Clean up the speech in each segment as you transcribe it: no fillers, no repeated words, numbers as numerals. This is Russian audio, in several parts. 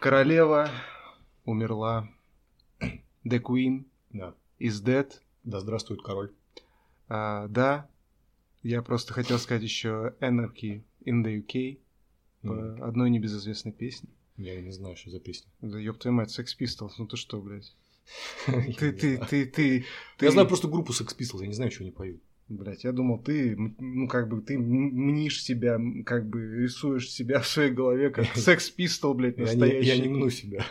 Королева умерла. The Queen Да. is dead. Да здравствует король. Да. Я просто хотел сказать еще Anarchy in the UK по одной небезызвестной песне. Я не знаю, что за песня. Да ёб твою мать, Sex Pistols, ну ты что, блядь? Ты... Я знаю просто группу Sex Pistols, я не знаю, что они поют. Блядь, я думал, ты, ну, как бы, ты мнишь себя, как бы, рисуешь себя в своей голове, как Sex Pistol, блядь, настоящий. Я не мну себя.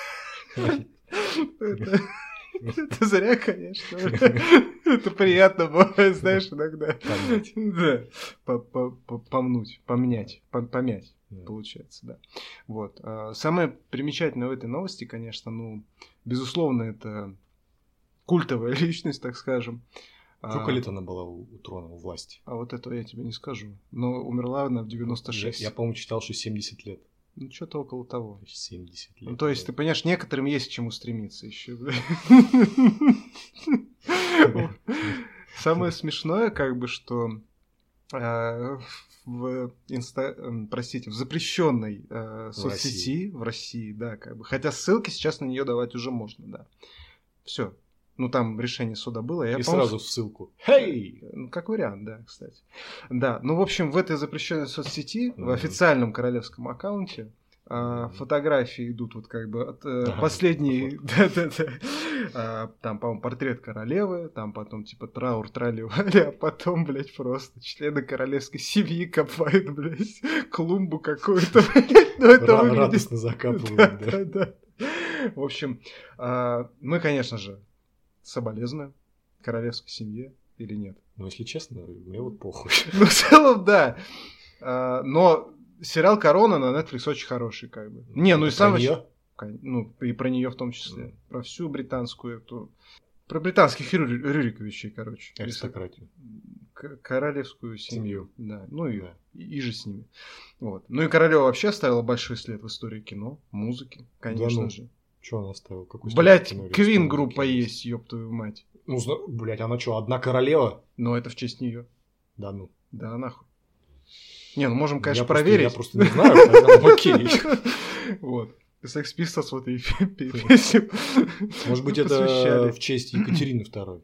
Это зря, конечно. Это приятно бывает, знаешь, иногда. Да. Помнуть, помять, получается, да. Вот. Самое примечательное в этой новости, конечно, ну, безусловно, это культовая личность, так скажем. Сколько лет она была у трона, у власти? А вот этого я тебе не скажу. Но умерла она в 96. Я по-моему, читал, что 70 лет. Ну, что-то около того. 70 лет. Ну, то есть, ты понимаешь, некоторым есть к чему стремиться еще. Самое смешное, как бы, что в запрещенной соцсети в России, да, как бы. Хотя ссылки сейчас на нее давать уже можно, да. Все. Ну, там решение суда было. И сразу в ссылку. Хей! Ну, как вариант, да, кстати. Да, ну, в общем, в этой запрещенной соцсети, в официальном королевском аккаунте, фотографии идут вот как бы от последней... Там, по-моему, портрет королевы, там потом типа траур, трали-вали, а потом, блядь, просто члены королевской семьи копают, блядь, клумбу какую-то, блядь. Ну, это радостно закапывают, да. В общем, мы, конечно же, соболезную королевской семье или нет? Ну, если честно, мне вот похуй. Ну, в целом, да. Но сериал «Корона» на Netflix очень хороший, как бы. Не, ну и сам... Ну, и про нее в том числе. Про всю британскую эту... Про британских Рюриковичей, короче. Аристократию. Королевскую семью. Да. Ну и же с ними. Вот. Ну и королева вообще оставила большой след в истории кино, музыки, конечно же. Что она оставила? Блять, Квин группа есть, ёб твою мать. Ну, блять, она что, одна королева? Ну, это в честь нее. Да ну. Да, нахуй. Не, ну можем, конечно, проверить. Я просто не знаю, поэтому окей. Вот. Sex Pistols вот и песню. Может быть, это в честь Екатерины II?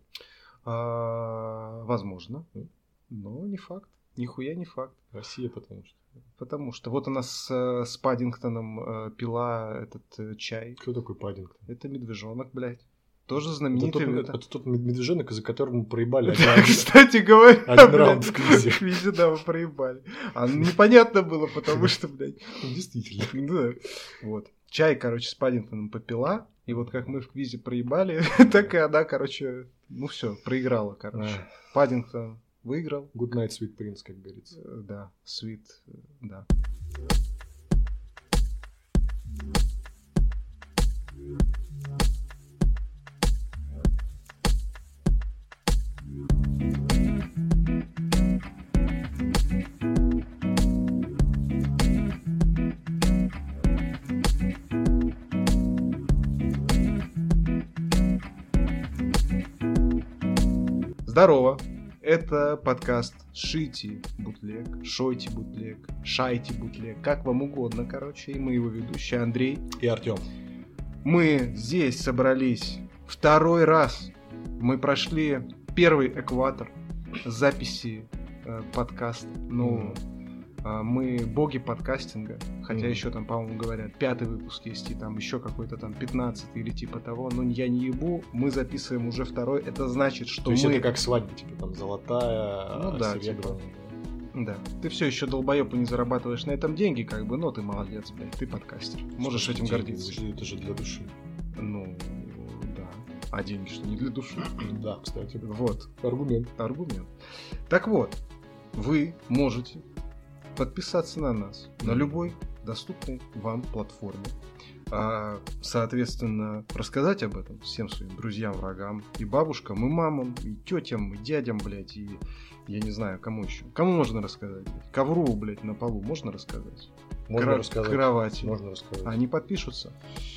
Возможно. Но не факт. Нихуя не факт. Россия, потому что вот она с Паддингтоном пила этот чай. Кто такой Паддингтон? Это медвежонок, блядь. Тоже знаменитый. Это тот медвежонок, из-за которого мы проебали. Кстати говоря, один раунд в квизе. В квизе, да, мы проебали. А непонятно было, потому что, блядь. Действительно. Да. Вот. Чай, короче, с Паддингтоном попила. И вот как мы в квизе проебали, так и она, короче, ну все, проиграла, короче. Паддингтон выиграл. Good night, sweet prince, как говорится. Да, sweet, да. Здорово! Это подкаст «Шити бутлег», «Шойте бутлег», «Шайте бутлег», как вам угодно, короче. И мы его ведущие Андрей и Артём. Мы здесь собрались второй раз. Мы прошли первый экватор записи подкаста. Ну, мы боги подкастинга. Хотя еще там, по-моему, говорят, 5-й выпуск есть, и там еще какой-то там 15-й или типа того. Но я не ебу, мы записываем уже второй. Это значит, что то есть это как свадьба, типа там золотая, ну, да, серебряная. Типа, да. Ты все еще долбоеб и не зарабатываешь на этом деньги, как бы, но ты молодец, блядь, ты подкастер. Можешь этим гордиться. Это же для души. Ну, да. А деньги что, не для души? Да, кстати. Вот. Аргумент. Так вот, вы можете подписаться на нас на любой доступной вам платформе. Соответственно, рассказать об этом всем своим друзьям, врагам, и бабушкам, и мамам, и тетям, и дядям, блядь, и я не знаю, кому еще. Кому можно рассказать, блядь? Ковру, блядь, на полу можно рассказать? Можно рассказать. Кровати. Можно рассказать. Они подпишутся?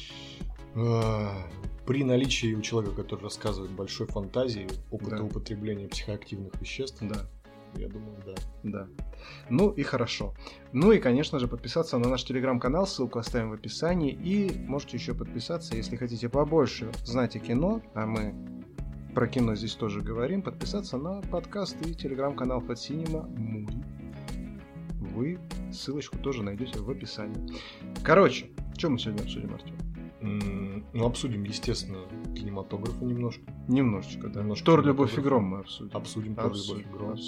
При наличии у человека, который рассказывает большой фантазии, опыта употребления психоактивных веществ, Я думаю, да. Да. Ну и хорошо. Ну и, конечно же, подписаться на наш телеграм-канал, ссылку оставим в описании. И можете еще подписаться, если хотите побольше знать о кино, а мы про кино здесь тоже говорим, подписаться на подкаст и телеграм-канал Fat Cinema Movie. Вы ссылочку тоже найдете в описании. Короче, что мы сегодня обсудим, Артем? Ну, обсудим, естественно, кинематографа немножко. Немножечко, да. Тор, любовь и гром мы обсудим. Обсудим Тор, любовь и гром.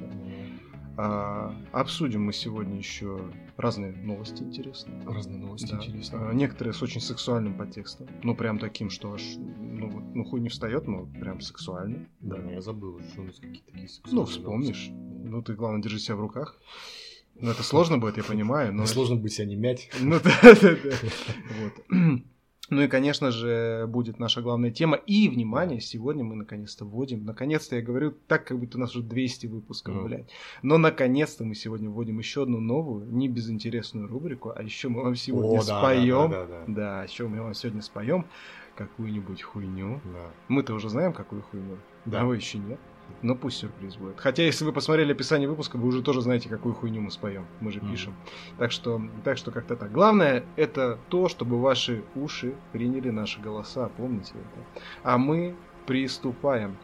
Обсудим мы сегодня еще разные новости интересные. Разные новости интересные. Некоторые с очень сексуальным подтекстом. Ну, прям таким, что аж, хуй не встает, но прям сексуально. Да, но я забыл, что у нас какие-то такие сексуальные. Ну, вспомнишь. Новости. Ну, ты, главное, держи себя в руках. Ну, это сложно будет, я понимаю. Но сложно будет себя не мять. Ну, да. Вот. Ну и, конечно же, будет наша главная тема. И, внимание, сегодня мы наконец-то вводим. Наконец-то я говорю так, как будто у нас уже 200 выпусков, блядь. Но наконец-то мы сегодня вводим еще одну новую, не безинтересную рубрику. А еще мы вам сегодня споем. Да, еще мы вам сегодня споем какую-нибудь хуйню. Да. Мы-то уже знаем, какую хуйню. Да. А вы еще нет. Но пусть сюрприз будет. Хотя, если вы посмотрели описание выпуска, вы уже тоже знаете, какую хуйню мы споем. Мы же пишем. Так что как-то так. Главное, это то, чтобы ваши уши приняли наши голоса. Помните это. А мы приступаем.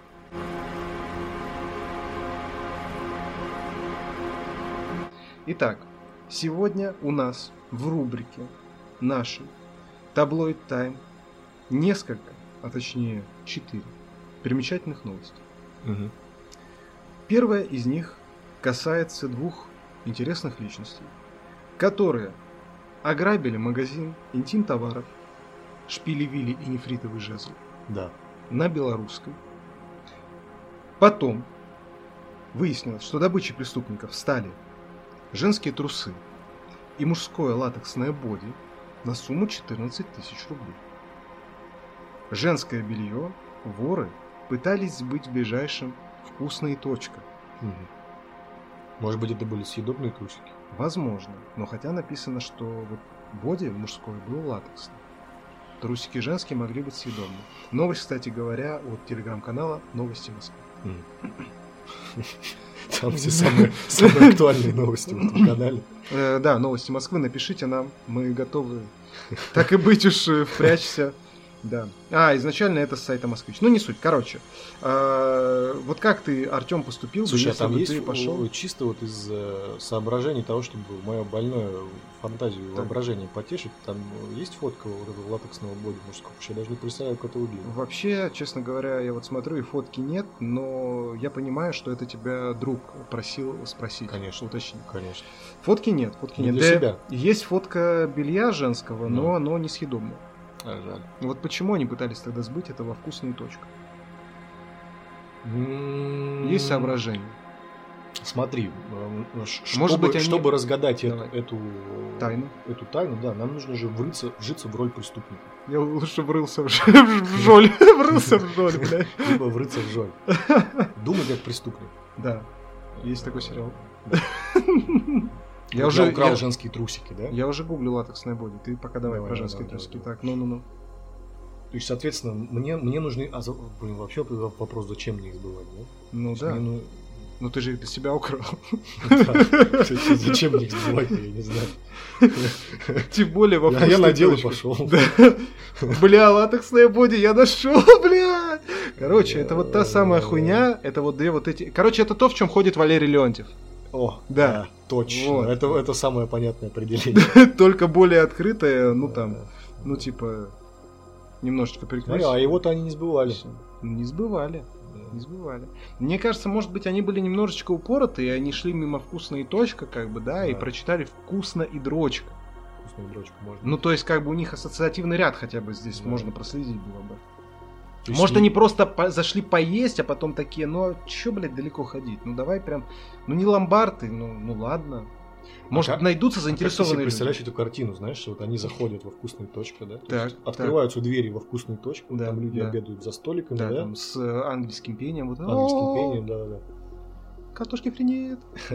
Итак, сегодня у нас в рубрике нашей Tabloid Time несколько, а точнее 4 примечательных новостей. Угу. Первая из них касается двух интересных личностей, которые ограбили магазин интим-товаров «Шпили-Вили» и «Нефритовый жезл» на Белорусской. Потом выяснилось, что добычей преступников стали женские трусы и мужское латексное боди на сумму 14 тысяч рублей. Женское белье воры пытались сбыть в ближайшем «Вкусная точка». Может быть, это были съедобные трусики? Возможно, но хотя написано, что вот боди мужской был латексный. Трусики женские могли быть съедобны. Новость, кстати говоря, от телеграм-канала «Новости Москвы». Там все самые актуальные новости в этом канале. Да, «Новости Москвы», напишите нам, мы готовы. Так и быть уж, впрячься. Да. Изначально это с сайта «Москвич». Ну, не суть. Короче, вот как ты, Артем, поступил? Слушай, там есть пошел чисто вот из соображений того, чтобы мою больную фантазию и воображение потешить. Там есть фотка вот этого латексного боди мужского? Я даже не представляю, как это выглядит. Вообще, честно говоря, я вот смотрю, и фотки нет, но я понимаю, что это тебя друг просил спросить. Конечно. Уточнить. Конечно. Фотки нет. Фотки нет. Для себя. Есть фотка белья женского, но оно несъедобное. Жаль. Вот почему они пытались тогда сбыть это во «Вкусную точку»? Есть соображения? Смотри, может быть, чтобы разгадать эту тайну, да, нам нужно же вжиться в роль преступника. Я лучше врылся в жоль. Врылся в жоль, блядь. Либо врыться в жоль. Думать как преступник. Да, есть такой сериал. Я уже украл женские трусики, да? Я уже гуглил латексное боди. Ты пока давай про женские трусики. Так, ну. То есть, соответственно, мне нужны... вообще вопрос, зачем мне их сбывать, да? Ну да. Ну ты же их для себя украл. Зачем мне их сбывать, я не знаю. Тем более вопрос... Я надел и пошел. Бля, латексное боди я нашел, бля. Короче, это вот та самая хуйня. Это вот две вот эти... Короче, это то, в чем ходит Валерий Леонтьев. О, да, точно. Вот. Это самое понятное определение. Только более открытое, типа, немножечко перекрыть. А его-то они не сбывали. Не сбывали. Мне кажется, может быть, они были немножечко упороты, и они шли мимо «Вкусная точка», и прочитали «Вкусно и дрочка». «Вкусно и дрочка» можно. Ну, то есть, у них ассоциативный ряд хотя бы здесь можно проследить было бы. Может, они просто зашли поесть, а потом такие, чё, блядь, далеко ходить? Ну, давай прям, не ломбарды, ну ладно. Может, найдутся заинтересованные люди. Представляешь эту картину, знаешь, вот они заходят во «Вкусную точку», да? Так, открываются двери во «Вкусную точку», там люди обедают за столиками, да? Там с ангельским пением. Ангельским пением, да. Картошки фри нет.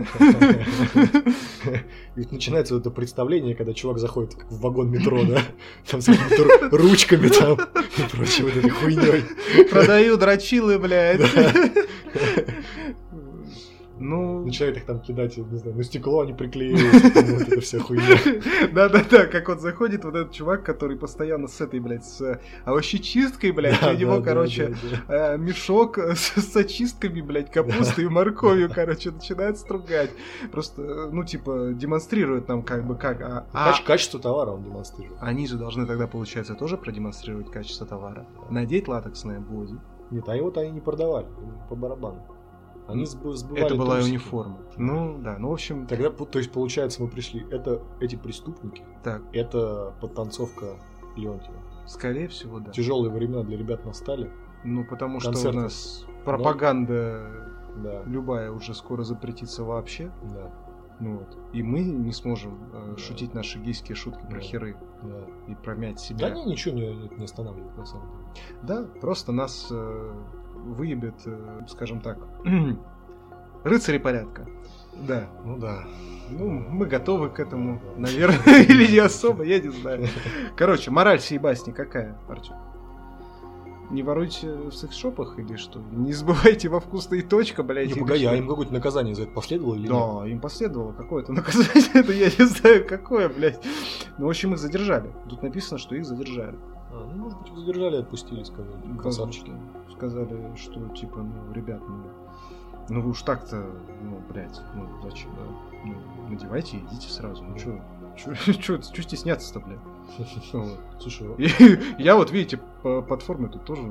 И начинается вот это представление, когда чувак заходит в вагон метро, да? Там с какими-то ручками там и прочей вот этой хуйней. Продаю дрочилы, блядь. Ну... Начинает их там кидать, не знаю, на стекло они приклеиваются, вот эта вся хуйня. Да-да-да, как вот заходит вот этот чувак, который постоянно с этой, блядь, с овощечисткой, блядь, у него, короче, мешок с очистками, блядь, капусты и морковью, короче, начинает стругать. Просто, ну, типа, демонстрирует нам как бы как... Качество товара он демонстрирует. Они же должны тогда, получается, тоже продемонстрировать качество товара. Надеть латексное боди. Нет, а его-то они не продавали, по барабану. Они сбывали. Это была униформа. Ну, да, ну, в общем... Тогда, то есть, получается, мы пришли, эти преступники, так. Это подтанцовка Леонтьева. Скорее всего, да. Тяжелые времена для ребят настали. Ну, потому что у нас пропаганда любая уже скоро запретится вообще. Да. Ну вот. И мы не сможем шутить наши гейские шутки про херы и промять себя. Да не, ничего не останавливает, на самом деле. Да, просто нас выебет, скажем так, рыцари порядка. Да. Ну да. Ну, мы готовы к этому, наверное, или не особо, я не знаю. Короче, мораль сей басни какая, Артём? Не воруйте в секс-шопах или что? Не забывайте во вкусные точка, блядь. Не, погоди, а им какое-то наказание за это последовало или нет? Да, им последовало какое-то наказание, это я не знаю какое, блядь. Ну, в общем, их задержали. Тут написано, что их задержали. Ну, может быть, их задержали и отпустили, сказали. Красавчики. Сказали, что, типа, ну, ребят, ну вы уж так-то, ну, блядь, ну, зачем, да? Ну, надевайте и идите сразу, ну, чё стесняться-то, блядь? Слушай, я вот, видите, под формой тут тоже...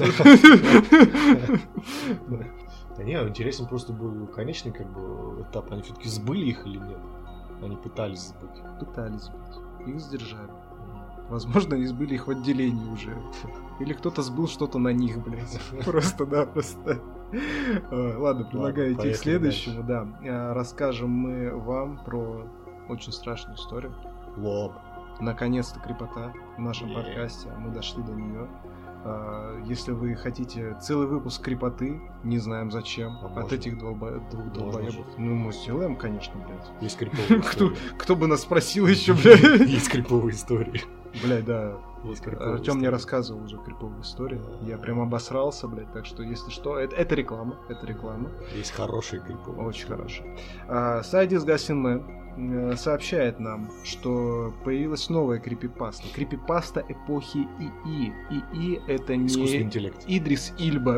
Да не, интересен просто был конечный, как бы, этап. Они все-таки сбыли их или нет? Они пытались сбыть. Пытались сбыть. Их задержали. Возможно, они сбыли их в отделении уже. Или кто-то сбыл что-то на них, блядь. Просто-напросто. Ладно, предлагаю идти к следующему, да. Расскажем мы вам про очень страшную историю. Наконец-то крепота в нашем подкасте. Мы дошли до нее. Если вы хотите целый выпуск крепоты, не знаем зачем, от этих двух долбоебов. Ну, мы сделаем, конечно, блядь. Есть криповые истории. Кто бы нас спросил еще, блядь. Есть криповые истории. Блядь, да. Артём мне рассказывал уже криповую историю. Я прям обосрался, блядь. Так что, если что, это реклама. Это реклама. Есть хорошие криповые. Очень хорошие. Сайт Disgusting Man сообщает нам, что появилась новая крипипаста. Крипипаста эпохи ИИ. ИИ это не искусственный интеллект. Идрис Ильба.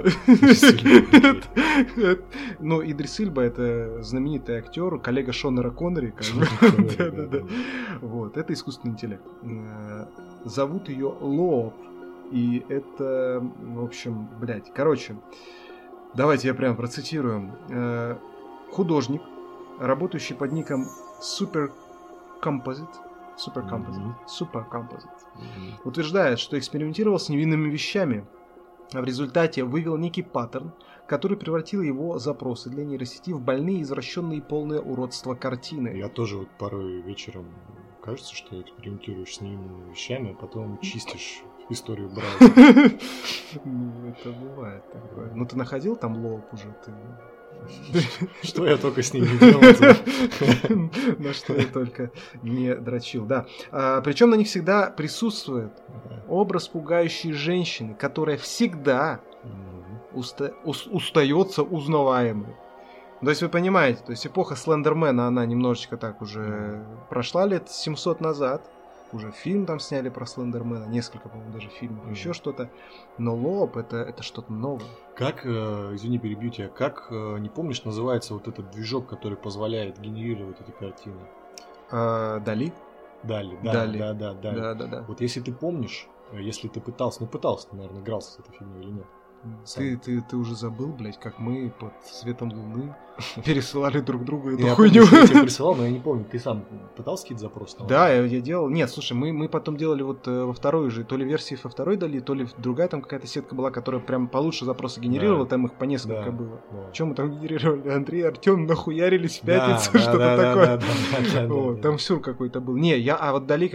Ну, Идрис Ильба это знаменитый актер, коллега Шонера Коннери. Да-да-да. Вот, это искусственный интеллект. Зовут ее Лооб. И это, в общем, блядь. Короче, давайте я прям процитирую. Художник, работающий под ником Super Composite, утверждает, что экспериментировал с невинными вещами, а в результате вывел некий паттерн, который превратил его запросы для нейросети в больные, извращенные и полное уродство картины. Я тоже вот порой вечером кажется, что экспериментируешь с невинными вещами, а потом чистишь историю браузера. Ну, это бывает такое. Ну, ты находил там лоб уже? Что я только с ним не делал. На что я только не дрочил, да. Причем на них всегда присутствует образ пугающей женщины, которая всегда остается узнаваемой. То есть вы понимаете, то есть эпоха Слендермена, она немножечко так уже прошла лет 700 назад. Уже фильм там сняли про Слендермена, несколько, по-моему, даже фильмов, еще что-то. Но Лоб это что-то новое. Как, извини, перебью тебя, как, не помнишь, называется вот этот движок, который позволяет генерировать эти картины? Дали? Дали. Да. Вот если ты помнишь, если ты пытался, наверное, игрался с этой фильмом или нет? Ты уже забыл, блядь, как мы под светом луны пересылали друг другу эту хуйню. Помню, я тебе присылал, но я не помню. Ты сам пытался какие-то запросы? Да, я делал. Нет, слушай, мы потом делали вот во второй же, то ли версии во второй дали, то ли другая там какая-то сетка была, которая прям получше запросы генерировала, там их по несколько было. Чем мы там генерировали? Андрей, Артём нахуярились в пятницу, что-то такое. Там сюр какой-то был. Не, вот Дали, когда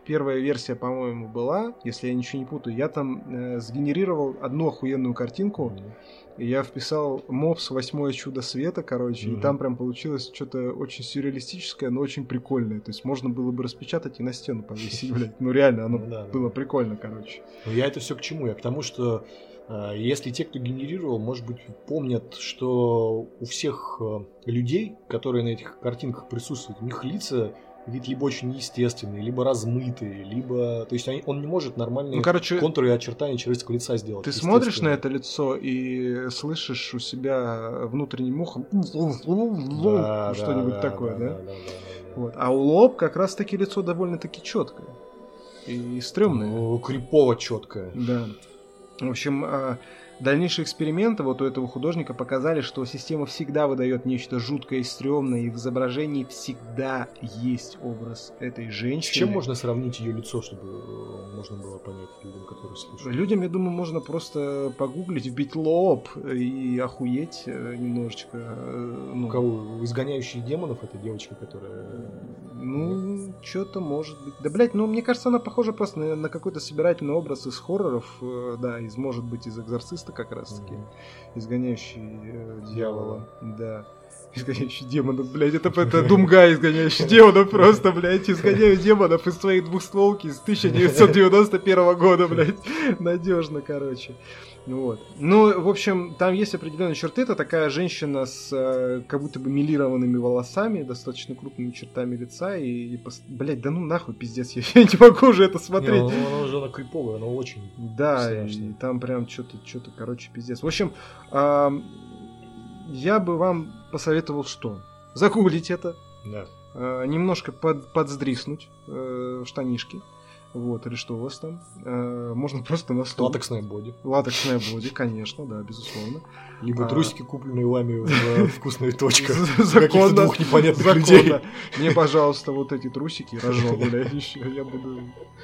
первая версия, по-моему, была, если я ничего не путаю, я там сгенерировал одну охуенную картинку, и я вписал мопс «Восьмое чудо света», короче, и там прям получилось что-то очень сюрреалистическое, но очень прикольное. То есть можно было бы распечатать и на стену повесить, блядь. Ну реально, оно было прикольно, короче. Ну я это все к чему? Я к тому, что если те, кто генерировал, может быть, помнят, что у всех людей, которые на этих картинках присутствуют, у них лица вид либо очень неестественный, либо размытый, либо... То есть он не может нормальные контуры и очертания человеческого лица сделать. Ты смотришь на это лицо и слышишь у себя внутренним ухом что-нибудь такое, да? Вот. А у лоб как раз-таки лицо довольно-таки четкое и стрёмное. Ну, крипово четкое. Да. В общем, дальнейшие эксперименты вот у этого художника показали, что система всегда выдает нечто жуткое и стрёмное, и в изображении всегда есть образ этой женщины. С чем можно сравнить ее лицо, чтобы можно было понять людям, которые слушают? Людям, я думаю, можно просто погуглить, вбить лоб и охуеть немножечко. У кого? Изгоняющие демонов, эта девочка, которая... Ну, что-то может быть. Да, блядь, ну, мне кажется, она похожа просто на какой-то собирательный образ из хорроров, да, может быть, из «Экзорциста» как раз-таки. Изгоняющий дьявола. Да. Изгоняющий демонов, блядь. Это Думга, изгоняющий демонов просто, блядь. Изгоняю демонов из своей двухстволки с 1991 года, блядь. Надежно, короче. Вот. Ну, в общем, там есть определенные черты. Это такая женщина с как будто бы милированными волосами, достаточно крупными чертами лица. Блядь, да ну нахуй, пиздец, я не могу уже это смотреть. Не, она уже криповая, она очень страшная. И там прям что-то, короче, пиздец. В общем, я бы вам посоветовал что? Загуглить это. Да. Немножко подсдриснуть штанишки. Вот, или что у вас там? Можно просто на стол. Латексное боди. Латексное боди, конечно, да, безусловно. Либо трусики, купленные вами в вкусной точке. Законно. Двух непонятных людей. Мне, пожалуйста, вот эти трусики рожок, блядь, еще. Я буду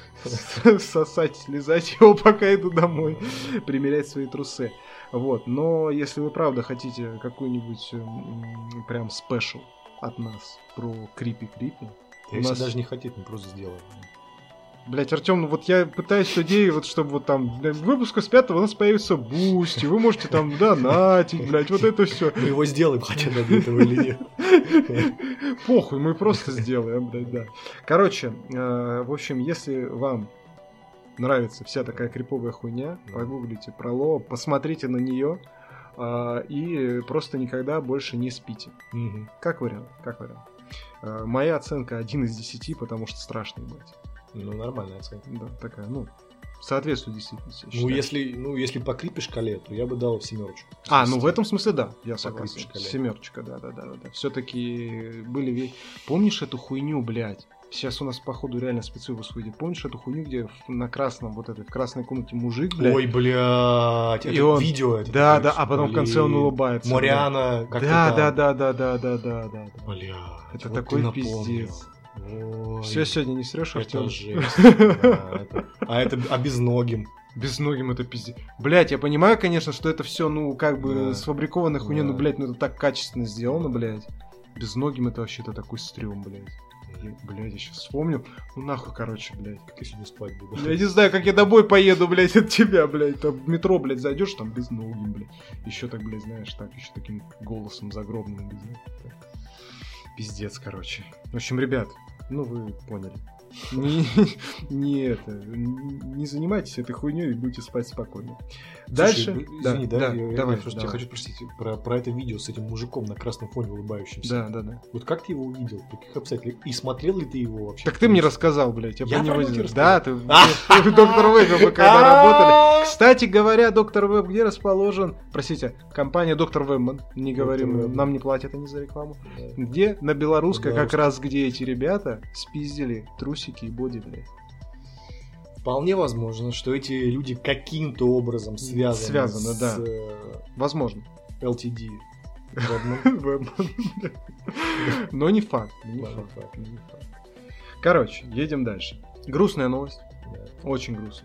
сосать, лизать его, пока иду домой. Примерять свои трусы. Вот, но если вы правда хотите какой-нибудь прям спешл от нас про крипи-крипи. Если даже не хотите, мы просто сделаем. Блять, Артём, ну вот я пытаюсь людей, вот чтобы вот там в выпуске с 5 у нас появится Бусти, вы можете там донатить, блять, вот это все. Мы его сделаем, хотя ради этого или нет. Похуй, мы просто сделаем, блять, да. Короче, в общем, если вам нравится вся такая криповая хуйня, погуглите про Ло, посмотрите на нее и просто никогда больше не спите. Как вариант, Моя оценка 1 из 10, потому что страшно, блять. Ну, нормальная оценка. Да, такая, ну, соответствует действительности. Если по крипи шкале, то я бы дал 7. Ну в этом смысле да, я согласен. 7, да. Все-таки были... Помнишь эту хуйню, блядь? Сейчас у нас, походу, реально спецвыпуск выйдет. Помнишь эту хуйню, где на красном, вот этой, в красной комнате мужик, блядь? Ой, блядь, это он... видео это. Да, а потом в конце он улыбается. Мориана, как-то да. Бля, это вот такой пиздец. Ой, все сегодня не срешь, Артём? Это жесть. А безногим. Безногим это пиздец. Блять, я понимаю, конечно, что это все, ну, как бы сфабрикованная хуйня, но, блядь, ну это так качественно сделано, блядь. Безногим это вообще-то такой стрём, блядь. Блядь, я сейчас вспомнил. Ну нахуй, короче, блядь. Как я сегодня спать буду? Я не знаю, как я домой поеду, блядь, от тебя, блядь. Там в метро, блядь, зайдешь, там безногим, блядь. Еще так, блядь, знаешь, так, еще таким голосом загробным, блядь. Пиздец, короче. В общем, ребят, ну вы поняли. Не занимайтесь этой хуйней и будете спать спокойно. Дальше. Извини, я просто хочу спросить про это видео с этим мужиком на красном фоне улыбающимся. Да. Вот как ты его увидел? В каких обстоятельствах? И смотрел ли ты его вообще? Так ты мне рассказал, блядь. Я про него рассказал? Да, ты доктор Веб, мы когда работали. Кстати говоря, доктор Веб где расположен? Простите, компания Доктор Вебман. Не говорим, нам не платят они за рекламу. Где? На Белорусской, как раз где эти ребята спиздили трусики и боди, блядь. Вполне возможно, что эти люди каким-то образом связаны да. Возможно. LTD. Но не факт. Короче, едем дальше. Грустная новость. Очень грустная.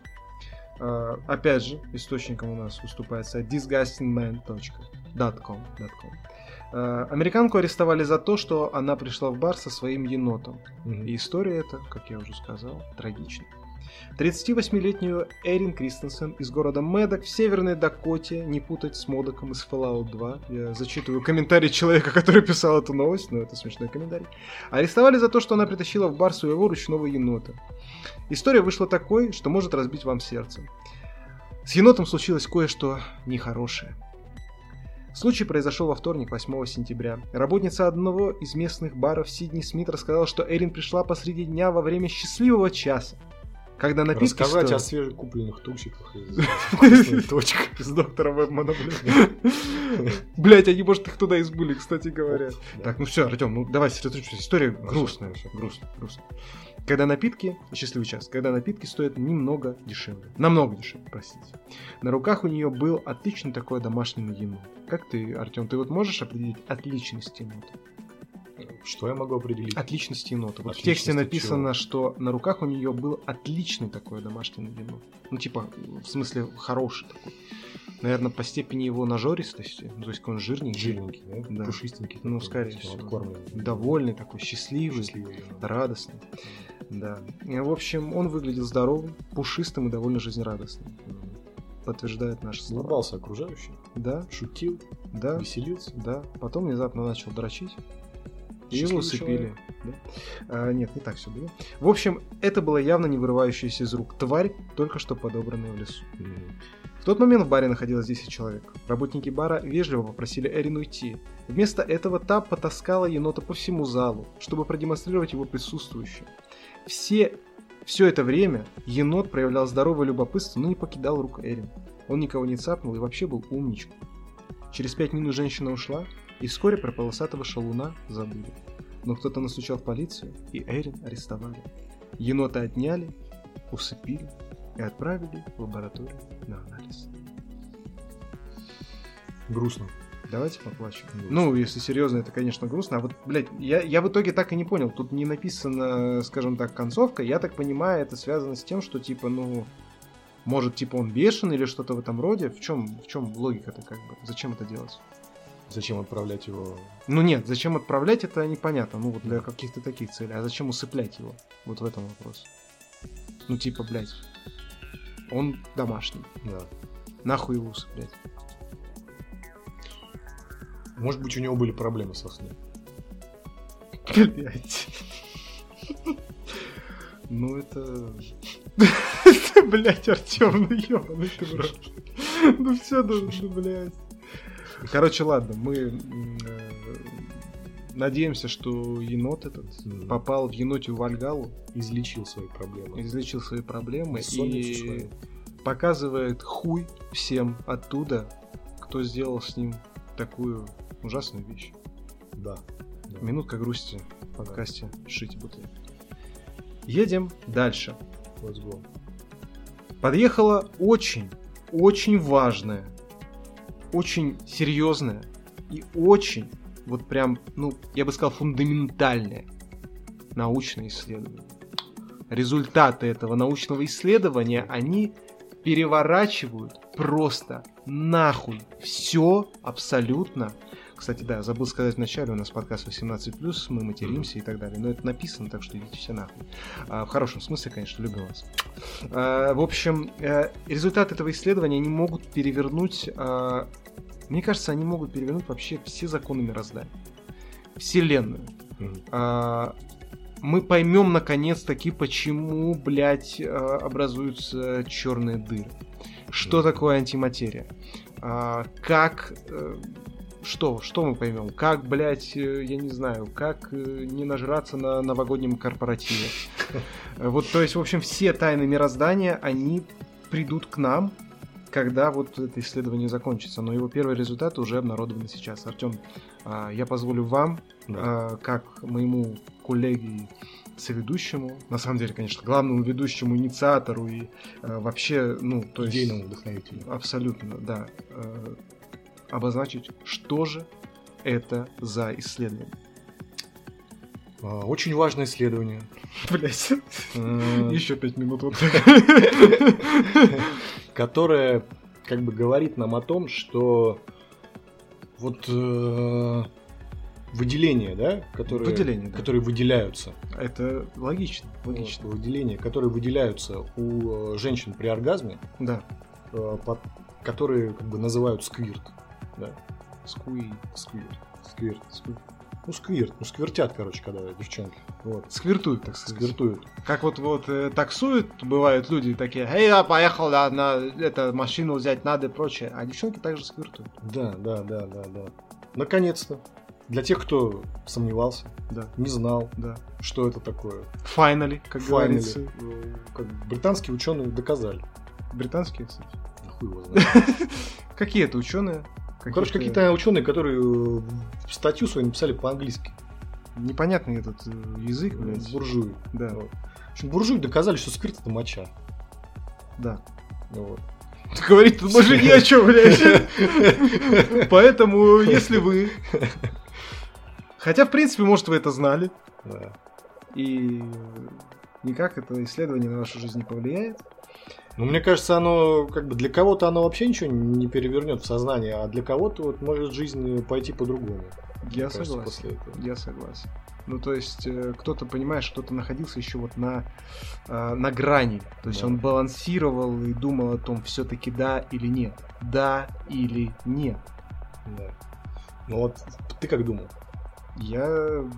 Опять же, источником у нас выступает сайт disgustingman.com. Американку арестовали за то, что она пришла в бар со своим енотом. И история эта, как я уже сказал, трагична. 38-летнюю Эрин Кристенсен из города Мэддок в Северной Дакоте, не путать с Модоком из Fallout 2. Я зачитываю комментарий человека, который писал эту новость, но это смешной комментарий. Арестовали за то, что она притащила в бар своего ручного енота. История вышла такой, что может разбить вам сердце. С енотом случилось кое-что нехорошее. Случай произошел во вторник, 8 сентября. Работница одного из местных баров Сидни Смит рассказала, что Эрин пришла посреди дня во время счастливого часа, когда напитки рассказать о свежекупленных трусиках из точек. С доктора Вебмана, блядь. Блядь, они, может, их туда избыли, кстати говоря. Так, ну все, Артем, ну давай сосредоточимся. История грустная. Грустная. Когда напитки, счастливый час, когда напитки стоят намного дешевле, простите. На руках у нее был отличный такой домашний енот. Как ты, Артем, ты вот можешь определить отличность енота? Что я могу определить? Отличность енота. Вот в тексте написано, что на руках у нее был отличный такой домашний енот. Ну, типа, в смысле, хороший такой. Наверное, по степени его нажористости. То есть, он жирненький. Жирненький, да? Пушистенький. Ну, скорее всего. Довольный такой, счастливый радостный. Да. И, в общем, он выглядел здоровым, пушистым и довольно жизнерадостным. Подтверждает наши слова. Улыбался окружающим. Да. Шутил. Да. Веселился. Да. Потом внезапно начал дрочить. И его усыпили. Да? Нет, не так все было. В общем, это была явно не вырывающаяся из рук тварь, только что подобранная в лесу. В тот момент в баре находилось 10 человек. Работники бара вежливо попросили Эрин уйти. Вместо этого та потаскала енота по всему залу, чтобы продемонстрировать его присутствующим. Все это время енот проявлял здоровое любопытство, но не покидал рук Эрин. Он никого не цапнул и вообще был умничкой. Через 5 минут женщина ушла, и вскоре про полосатого шалуна забыли. Но кто-то настучал в полицию, и Эрин арестовали. Енота отняли, усыпили и отправили в лабораторию на анализ. Грустно. Давайте поплачем. Ну, если серьезно, это, конечно, грустно. А вот, блядь, я в итоге так и не понял. Тут не написано, скажем так, концовка. Я так понимаю, это связано с тем, что, типа, ну... Может, типа, он бешеный или что-то в этом роде? В чем логика-то, как бы? Зачем это делать? Зачем отправлять его? Ну нет, зачем отправлять, это непонятно. Ну вот для каких-то таких целей. А зачем усыплять его? Вот в этом вопрос. Ну типа, блядь, он домашний. Да. Нахуй его усыплять? Может быть, у него были проблемы со сном. Блядь. Ну это... Блядь, Артем, ну ёбаный ты в рот. Ну все, ну блядь. Короче, ладно, мы надеемся, что енот этот попал в енотью Вальгаллу. Излечил свои проблемы. И показывает хуй всем оттуда, кто сделал с ним такую ужасную вещь. Да. Минутка грусти в подкасте «Шить бутыль». Едем дальше. Let's go. Подъехала очень важная, очень серьезная и очень, вот прям, ну, я бы сказал, фундаментальное научное исследование. Результаты этого научного исследования, они переворачивают просто нахуй все абсолютно. Кстати, да, забыл сказать вначале, у нас подкаст 18+, мы материмся и так далее. Но это написано, так что идите все нахуй. В хорошем смысле, конечно, любим вас. В общем, результаты этого исследования, они могут перевернуть... Мне кажется, они могут перевернуть вообще все законы мироздания. Вселенную. Мы поймем наконец-таки, почему, блядь, образуются черные дыры. Что такое антиматерия? Как... Что мы поймем? Как, блядь, я не знаю, как не нажраться на новогоднем корпоративе. Вот, то есть, в общем, все тайны мироздания, они придут к нам, когда вот это исследование закончится. Но его первые результаты уже обнародованы сейчас. Артем, я позволю вам, как моему коллеге соведущему, на самом деле, конечно, главному ведущему, инициатору и вообще, ну, то есть... Идейному вдохновителю. Абсолютно, да. Обозначить, что же это за исследование. Очень важное исследование. Блять. Еще 5 минут. Которое как бы говорит нам о том, что Вот выделения, да, которые выделяются. Это логично. Вот, выделения, которые выделяются у женщин при оргазме, да. Которые как бы называют сквирт. Да. Сквирт. Ну, сквиртят, короче, когда девчонки. Вот. Сквиртуют, так сказать. Сквиртуют. Как вот таксуют, бывают люди такие, эй, я поехал, машину взять надо и прочее. А девчонки также сквиртуют. Да. Наконец-то. Для тех, кто сомневался, не знал, что это такое. Finally, как говорится. Как британские ученые доказали. Британские, кстати? Хуй его знает. Какие это ученые? Короче, какие-то ученые, которые статью свою написали по-английски. Непонятный этот язык, блядь. Буржуи. Да. Вот. В общем, буржуи доказали, что сквирт — это моча. Да. Вот. Говорить тут больше не о чем, блядь. Поэтому, если вы... Хотя, в принципе, может, вы это знали. Да. И никак это исследование на вашу жизнь не повлияет. Ну, мне кажется, оно как бы для кого-то оно вообще ничего не перевернет в сознание, а для кого-то вот может жизнь пойти по-другому. Я согласен. Ну, то есть, кто-то, понимаешь, кто-то находился еще вот на грани. То есть, он балансировал и думал о том, все-таки да или нет. Да или нет. Да. Ну, вот ты как думал? Я,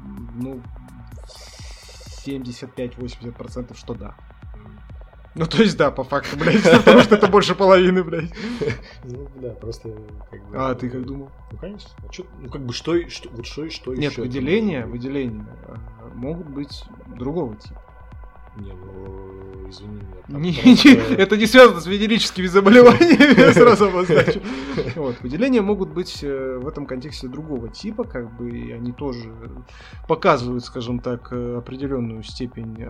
75-80%, что да. Ну, то есть, да, по факту, блядь, потому что это больше половины, блядь. Ну, да, просто как бы... А ты как думал? Ну, конечно. А что, как бы, что еще? Нет, выделения могут быть другого типа. Не, ну, извини меня. Это не связано с венерическими заболеваниями, я сразу обозначу. Выделения могут быть в этом контексте другого типа, как бы, и они тоже показывают, скажем так, определенную степень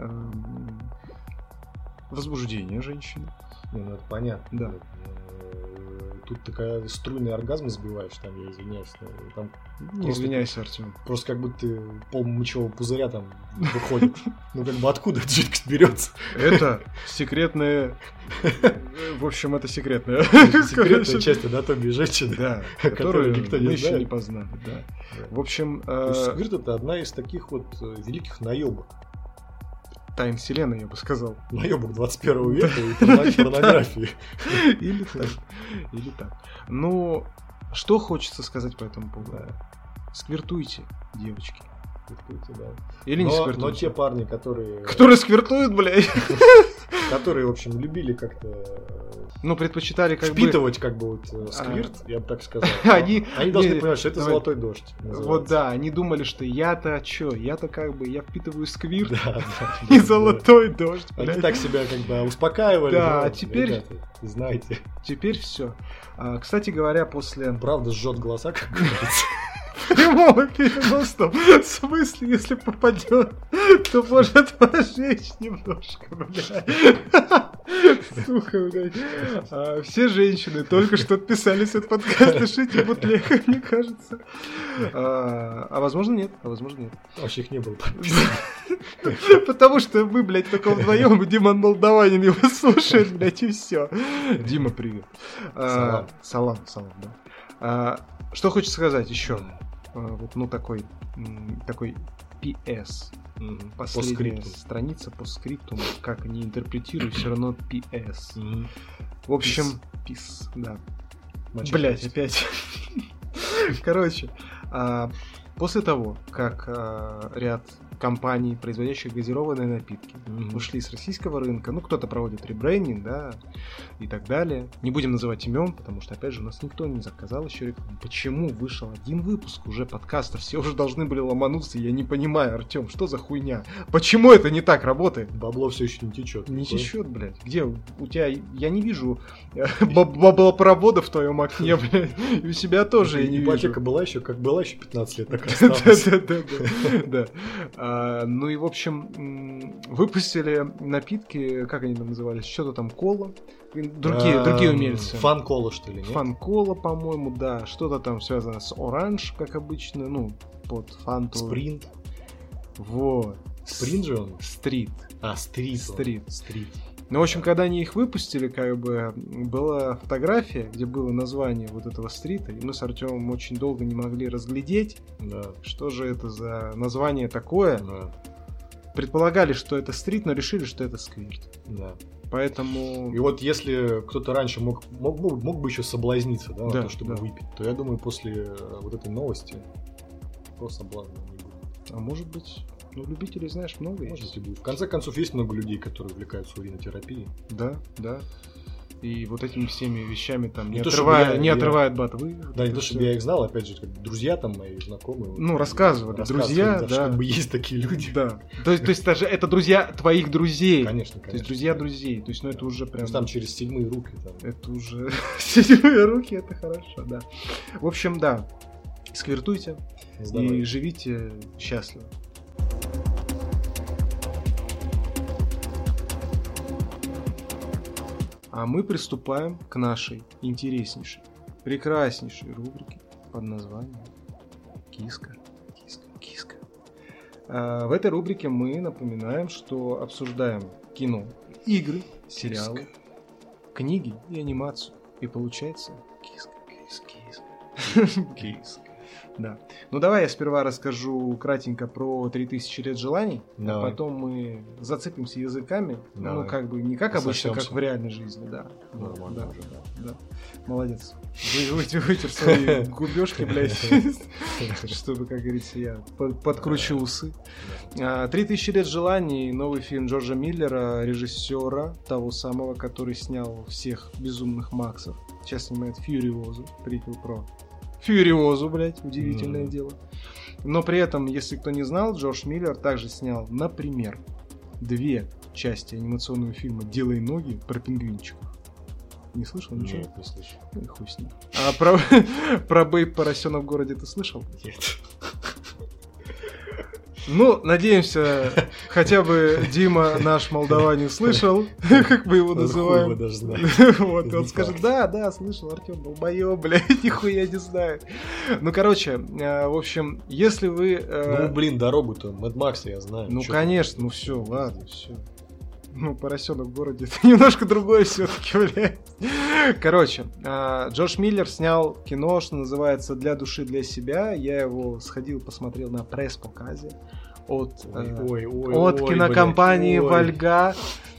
возбуждения женщины. Ну, это понятно. Да. Тут такая струйный оргазм сбиваешь, там, я извиняюсь. Там не извиняйся, Артем. Просто как будто пол мочевого пузыря там выходит. Ну, как бы откуда эта жидкость берется? Это секретная... В общем, это секретная. Секретная часть анатомии женщины. Да, которую никто не знает. Еще не познали, да. В общем... Сквирт — это одна из таких вот великих наебок. Тайн вселенной, я бы сказал. Наебок 21 века и порнографии. Или так. Ну, что хочется сказать по этому поводу? Сквиртуйте, девочки. Сквиртуйте, да. Или не сквиртуйте. Но те парни, которые... Которые сквиртуют, блядь. Которые, в общем, любили как-то... Ну, предпочитали как бы... Впитывать как бы вот сквирт, я бы так сказал. Они должны понимать, что это золотой дождь. Вот да, они думали, что я-то что? Я-то как бы, я впитываю сквирт и золотой дождь. Они так себя как бы успокаивали. Да, а теперь... Знаете. Теперь все. Кстати говоря, после... Правда жжет глаза, как говорится. Прямого переноса. В смысле, если попадет, то может пожечь немножко, блядь. Сука, блядь. Все женщины только что отписались от подкаста «Шите бутлеха», мне кажется. А возможно нет, Вообще их не было. Потому что мы, блядь, только вдвоем, и Дима Молдаванин его слушает, блядь, и все. Дима, привет. Салам, да. Что хочется сказать еще? Вот, такой PS. Последняя страница по скрипту, как они интерпретируют, все равно PS. В общем, PIS, да. Блять, опять. Короче, после того, как ряд компаний, производящих газированные напитки, ушли с российского рынка, кто-то проводит ребрендинг, да, и так далее. Не будем называть имен, потому что, опять же, у нас никто не заказал еще рекламу. Почему вышел один выпуск уже подкаста? Все уже должны были ломануться, я не понимаю, Артем, что за хуйня? Почему это не так работает? Бабло все еще не течет. Не течет, блядь. Где у тебя? Я не вижу баблопровода в твоем окне, блядь. И у себя тоже я не вижу. Ипотека была еще 15 лет, так осталось. Да. Ну и, в общем, выпустили напитки, как они там назывались? Что-то там кола. Другие умельцы. Фан-кола, что ли, нет? Фан-кола, по-моему, да. Что-то там связано с оранж, как обычно. Под фанту. Спринт. Вот. Спринт же он? Стрит. Стрит. Стрит. Ну, в общем, когда они их выпустили, как бы, была фотография, где было название вот этого стрита, и мы с Артемом очень долго не могли разглядеть, что же это за название такое. Предполагали, что это стрит, но решили, что это сквирт. Да. Поэтому... И вот если кто-то раньше мог бы еще соблазниться, да, на то, чтобы выпить, то я думаю, после вот этой новости просто соблазна не будет. А может быть... Ну, любителей, знаешь, много есть. В конце концов, есть много людей, которые увлекаются уринотерапией. Да, да. И вот этими всеми вещами там не отрывают ботвы. Да, не то, чтобы я их знал, опять же, как друзья там мои знакомые. Ну, рассказывали. Друзья, да. Как бы есть такие люди. Да. То есть даже это друзья твоих друзей. Конечно. То есть друзья друзей. То есть, ну, это уже прям... Там через седьмые руки. Это уже... Седьмые руки, это хорошо, да. В общем, да. Сквиртуйте и живите счастливо. А мы приступаем к нашей интереснейшей, прекраснейшей рубрике под названием «Киска, киска, киска». В этой рубрике мы напоминаем, что обсуждаем кино, игры, сериалы, книги и анимацию. И получается киска, киска, киска, киска. Да. Ну давай я сперва расскажу кратенько про 3000 лет желаний, а потом мы зацепимся языками, ну как бы не как обычно, как в реальной жизни, да. Нормально уже, да. Молодец. Вытер свои губежки, блядь, чтобы, как говорится, я подкручу усы. 3000 лет желаний, новый фильм Джорджа Миллера, режиссера, того самого, который снял всех безумных Максов. Сейчас снимает Фьюриозу, приквел про Фьюриозу, блядь, удивительное дело. Но при этом, если кто не знал, Джордж Миллер также снял, например, 2 части анимационного фильма «Делай ноги» про пингвинчиков. Не слышал ничего? Нет, не слышал. Ну и хуй с ним. А про Бэйб поросенок в городе ты слышал? Нет. Ну, надеемся, хотя бы Дима наш молдаванин слышал, как мы его называем. Вот, он скажет, да, слышал, Артем, долбоёб, блядь, нихуя не знает. Ну, короче, в общем, если вы... Ну, блин, дорогу-то, Мэд Макса я знаю. Ну, конечно, ну все, ладно, все. Ну, поросенок в городе, это немножко другое все-таки, блядь. Короче, Джордж Миллер снял кино, что называется «Для души, для себя». Я его сходил, посмотрел на пресс-показе от кинокомпании «Вольга».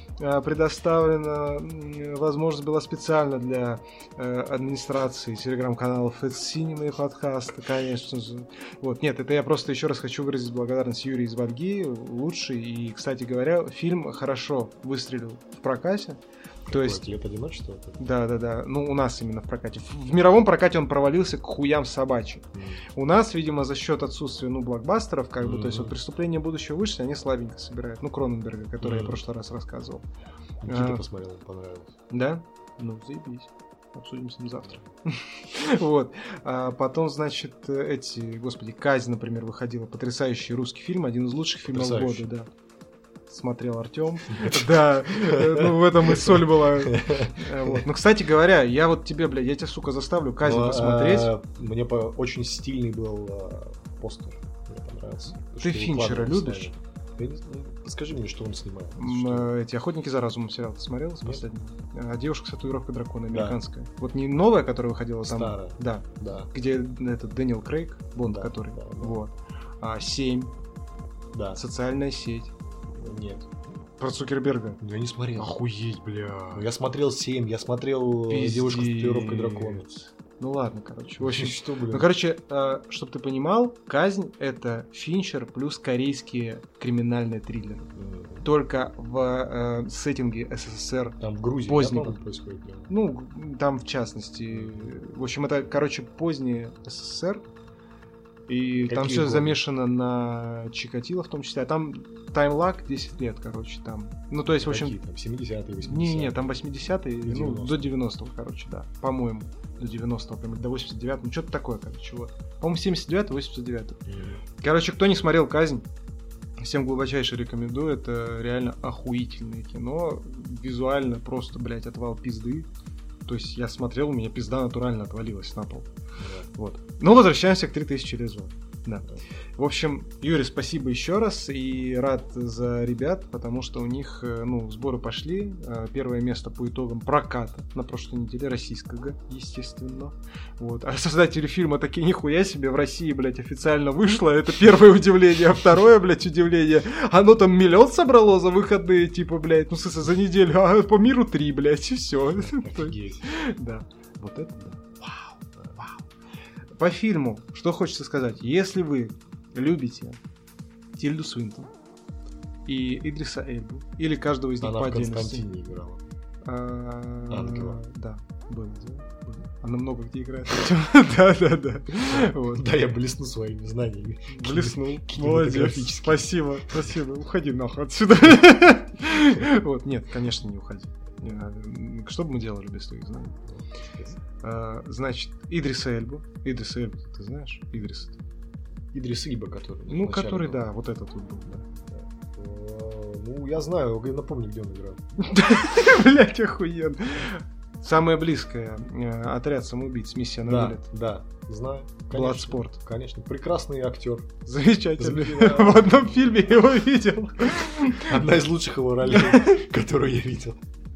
Предоставлена возможность была специально для администрации телеграм-каналов Cinema и подкаста, конечно же. Вот, нет, это я просто еще раз хочу выразить благодарность Юрию из Вольги, лучший. И, кстати говоря, фильм хорошо выстрелил в прокате. То есть... «Лет одиночества»? Да. Ну, у нас именно в прокате. В мировом прокате он провалился к хуям собачьим. У нас, видимо, за счет отсутствия, блокбастеров, как бы, то есть вот «Преступление будущего» вышли, они слабенько собирают. Ну, Кроненберга, который я в прошлый раз рассказывал. Никита посмотрел, понравилось. Да? Ну, заебись. Обсудим с ним завтра. Вот. А потом, значит, «Казнь», например, выходила. Потрясающий русский фильм, один из лучших фильмов года, да. Смотрел Артем. Да, ну в этом и соль была. Вот. Ну, кстати говоря, я вот тебе, блядь, я тебя, сука, заставлю «Казнь» посмотреть. Мне очень стильный был постер. Мне понравился. Ты Финчера любишь? Подскажи мне, что он снимает. Эти «Охотники за разумом» сериал ты смотрел с последним? «Девушка с татуировкой дракона», американская. Вот не новая, которая выходила там. Старая. Да. Где этот Дэниел Крейг, Бонд, который. Вот. 7. Да. «Социальная сеть». Нет. Про Цукерберга? Я не смотрел. Охуеть, бля. Я смотрел 7, я смотрел «Девушку с татуировкой дракона». Ну ладно, короче. В общем, что, блин? Ну, короче, чтобы ты понимал, «Казнь» — это Финчер плюс корейские криминальные триллеры. Только в сеттинге СССР. Там в Грузии позднего происходит. Да? Ну, там в частности. В общем, это, короче, поздний СССР. И какие там все замешано на Чикатило в том числе. А там таймлаг 10 лет, короче, там. Ну, то есть, в общем... Какие там, 70-е, 80-е? Не, там 80-е, до 90-го, короче, да. По-моему, до 90-го, прям, до 89-го. Ну, что-то такое, короче, вот. По-моему, 79-й, 89-й. Короче, кто не смотрел «Казнь», всем глубочайше рекомендую. Это реально охуительное кино. Визуально просто, блядь, отвал пизды. То есть я смотрел, у меня пизда натурально отвалилась на пол. Вот. Но возвращаемся к 3000 лет желаний. Да. В общем, Юрий, спасибо еще раз, и рад за ребят, потому что у них, сборы пошли. Первое место по итогам проката на прошлой неделе российского, естественно. Вот. А создатели фильма такие, нихуя себе, в России, блядь, официально вышло. Это первое удивление. А второе, блядь, удивление. Оно там 1 миллион собрало за выходные, типа, блядь, за неделю, а по миру 3, блядь, и все. Да. Вот это да. По фильму, что хочется сказать. Если вы любите Тильду Свинтон и Идриса Эльбу, или каждого из них по отдельности. Она в Константине играла. Ангела. Да, было. Она много где играет. Да. Да, я блесну своими знаниями. Блеснул. Молодец. Спасибо. Уходи нахуй отсюда. Вот, нет, конечно, не уходи. Что бы мы делали без твоих знаний? Значит, Идриса Эльбу. Идриса Эльбу, ты знаешь? Идрис Ильба, который. Который, да, вот этот вот был, да. Я знаю, я напомню, где он играл. Блять, охуенно. Самое близкое. Отряд самоубийц. Миссия на вылет. Да, знаю. Бладспорт. Конечно, прекрасный актер. Замечательный. В одном фильме я его видел. Одна из лучших его ролей, которую я видел.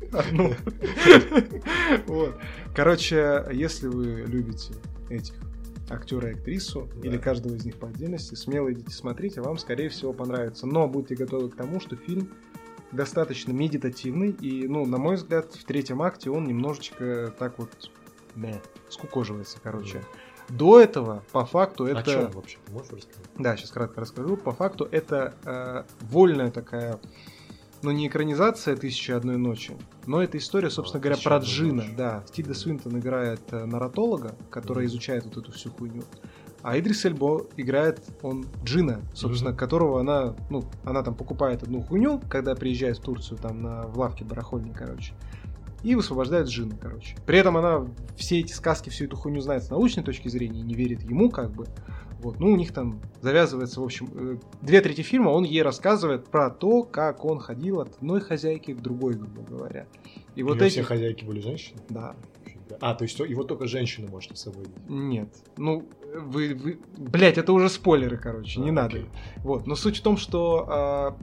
Вот. Короче, если вы любите этих актера и актрису, или каждого из них по отдельности, смело идите смотреть, вам, скорее всего, понравится. Но будьте готовы к тому, что фильм достаточно медитативный, и, на мой взгляд, в 3-м акте он немножечко так вот скукоживается, короче. До этого, по факту, это... О чем вообще? Ты можешь рассказать? Да, сейчас кратко расскажу. По факту, это вольная такая... не экранизация «1001 ночи», но это история, собственно говоря, про джина. Да, Тильда Свинтон играет наратолога, которая изучает вот эту всю хуйню. А Идрис Эльба играет джина, собственно, которого она там покупает одну хуйню, когда приезжает в Турцию, там, в лавке барахольной, короче, и высвобождает джина, короче. При этом она все эти сказки, всю эту хуйню знает с научной точки зрения и не верит ему, как бы. Вот, у них там завязывается, в общем, 2/3 фильма он ей рассказывает про то, как он ходил от одной хозяйки к другой, грубо говоря. И вот все хозяйки были женщины? Да. То есть его только женщина может с собой видеть? Нет. Вы... Блять, это уже спойлеры, короче, не надо. Вот, но суть в том, что,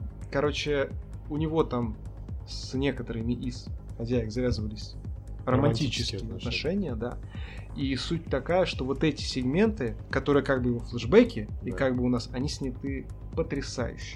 у него там с некоторыми из хозяек завязывались романтические отношения, да. И суть такая, что вот эти сегменты, которые как бы его флешбеки, и как бы у нас, они сняты потрясающе.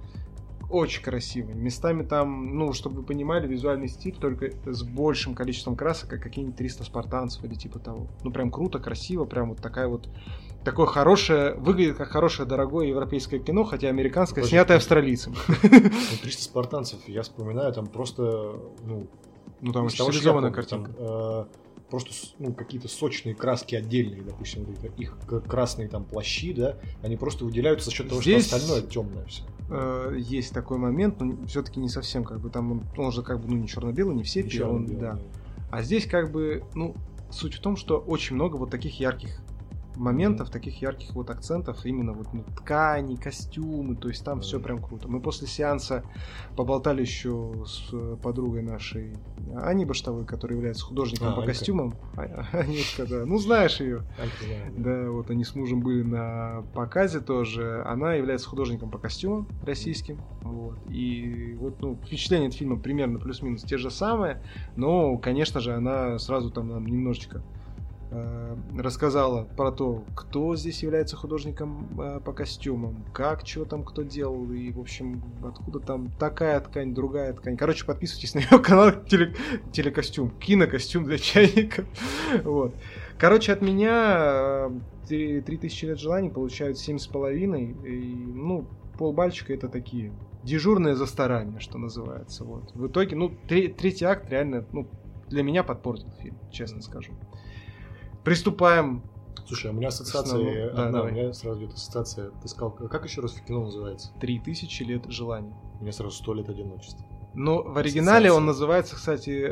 Очень красиво. Местами там, чтобы вы понимали, визуальный стиль только с большим количеством красок, как какие-нибудь 300 спартанцев или типа того. Прям круто, красиво, прям вот такое хорошее, выглядит как хорошее, дорогое европейское кино, хотя американское, снятое австралийцем. 300 спартанцев, я вспоминаю, там просто, там очень стилизованная картинка. Просто какие-то сочные краски отдельные, допустим, их красные там плащи, да, они просто выделяются за счет того, что остальное темное все. Есть такой момент, но все-таки не совсем, как бы там он же как бы не черно-белый, не в сепии, да. А здесь как бы, суть в том, что очень много вот таких ярких моментов, таких ярких вот акцентов, именно вот ткани, костюмы, то есть там все прям круто. Мы после сеанса поболтали еще с подругой нашей Аней Баштовой, которая является художником по костюмам. Анечка, да, знаешь ее. Да, вот они с мужем были на показе тоже. Она является художником по костюмам российским. Вот. И вот, впечатления от фильма примерно плюс-минус те же самые, но, конечно же, она сразу там нам немножечко рассказала про то, кто здесь является художником по костюмам, как, что там кто делал, и, в общем, откуда там такая ткань, другая ткань. Короче, подписывайтесь на ее канал Телекостюм, кинокостюм для чайников. Вот. Короче, от меня 3000 лет желаний получают 7,5, и, полбальчика это такие дежурные за старания, что называется. Вот. В итоге, третий акт реально, для меня подпортил фильм, честно скажу. Приступаем. Слушай, у меня ассоциация одна, у меня сразу идет ассоциация. Ты сказал, как еще раз кино называется? 3000 лет желаний. У меня сразу 100 лет одиночества. Но в оригинале он называется, кстати,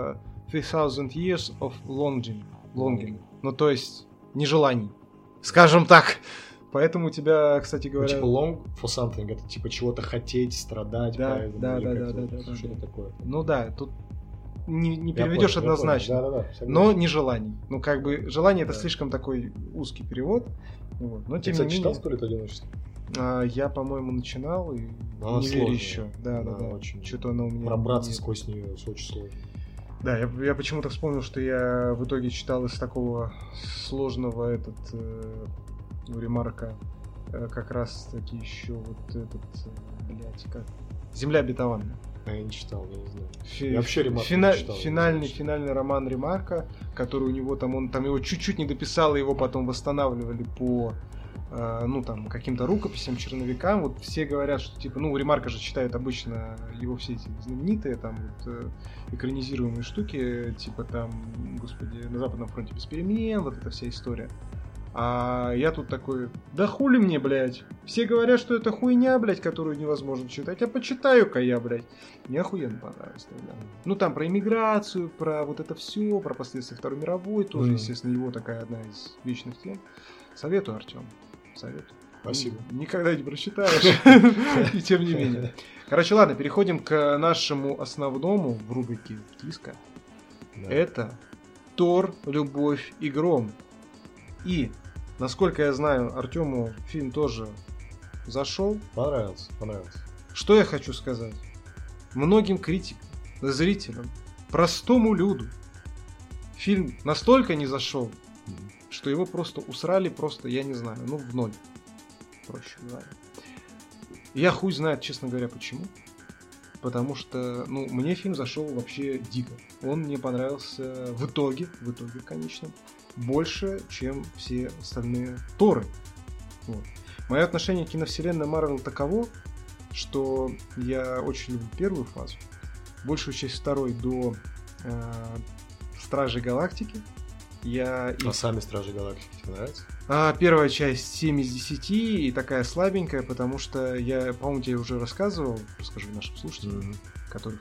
3000 Years of Longing. То есть, нежеланий. Скажем так. Поэтому у тебя, кстати говоря... Типа long for something, это типа чего-то хотеть, страдать. Да. Что-то такое. Тут не переведешь однозначно. Да, но не желаний. Ну, как бы, желание это слишком такой узкий перевод. Вот. Но, тем не менее... читал «100 лет одиночества»? Я, по-моему, начинал и не верю еще. Да. Очень... Что-то оно у меня... Пробраться сквозь нее очень сложно. Да, я почему-то вспомнил, что я в итоге читал из такого сложного ремарка как раз таки еще вот этот, как... «Земля обетованная». Я не читал, я не знаю. Я вообще ремарк не читал. Финальный роман Ремарка, который у него там, он там его чуть-чуть не дописал, и его потом восстанавливали по каким-то рукописям, черновикам. Вот все говорят, что типа, Ремарка же читают обычно его все эти знаменитые там вот экранизируемые штуки, типа там, господи, «На Западном фронте без перемен», вот эта вся история. А я тут такой, да хули мне, блядь. Все говорят, что это хуйня, блядь, которую невозможно читать. А почитаю-ка я, блядь. Мне охуенно понравилось тогда. Ну, там про иммиграцию, про вот это все, про последствия Второй мировой. Тоже, естественно, его такая одна из вечных тем. Советую, Артем. Советую. Спасибо. Никогда не прочитаешь. И тем не менее. Короче, ладно, переходим к нашему основному в рубрике «Киска». Это «Тор. Любовь и гром». И, насколько я знаю, Артему фильм тоже зашел. Понравился. Что я хочу сказать? Многим критикам, зрителям, простому люду фильм настолько не зашел, что его просто усрали, я не знаю, в ноль. Проще говоря. Я хуй знает, честно говоря, почему. Потому что, мне фильм зашел вообще дико. Он мне понравился в итоге, конечно, больше, чем все остальные Торы. Вот. Мое отношение к киновселенной Марвел таково, что я очень люблю первую фазу, большую часть второй до Стражей Галактики. Сами Стражи Галактики тебе нравятся? Первая часть 7 из 10 и такая слабенькая, потому что я, по-моему, тебе уже рассказывал, расскажу нашим слушателям, которых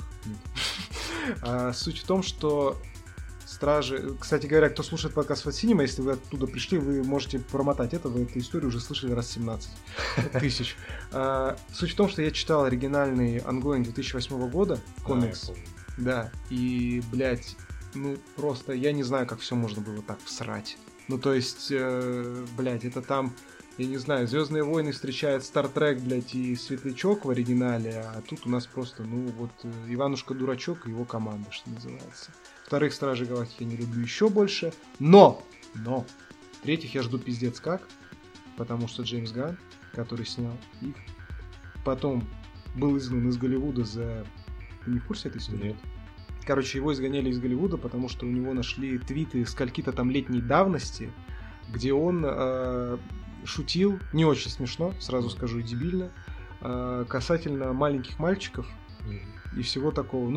нет. Суть в том, что Стражи... Кстати говоря, кто слушает подкаст Fat Cinema, если вы оттуда пришли, вы можете промотать это, вы эту историю уже слышали раз 17 тысяч. Суть в том, что я читал оригинальный Ongoing 2008 года, комикс. Да, и, блядь, просто я не знаю, как все можно было так всрать. То есть, блядь, это там, я не знаю, Звездные войны встречает Стартрек, блядь, и Светлячок в оригинале, а тут у нас просто, Иванушка-дурачок и его команда, что называется. Вторых Стражей Галактики я не люблю еще больше, но, третьих я жду пиздец как, потому что Джеймс Ганн, который снял их, потом был изгнан из Голливуда за... Ты не в курсе этой истории? Нет. Короче, его изгоняли из Голливуда, потому что у него нашли твиты скольки-то там летней давности, где он шутил, не очень смешно, сразу скажу, и дебильно, касательно маленьких мальчиков и всего такого.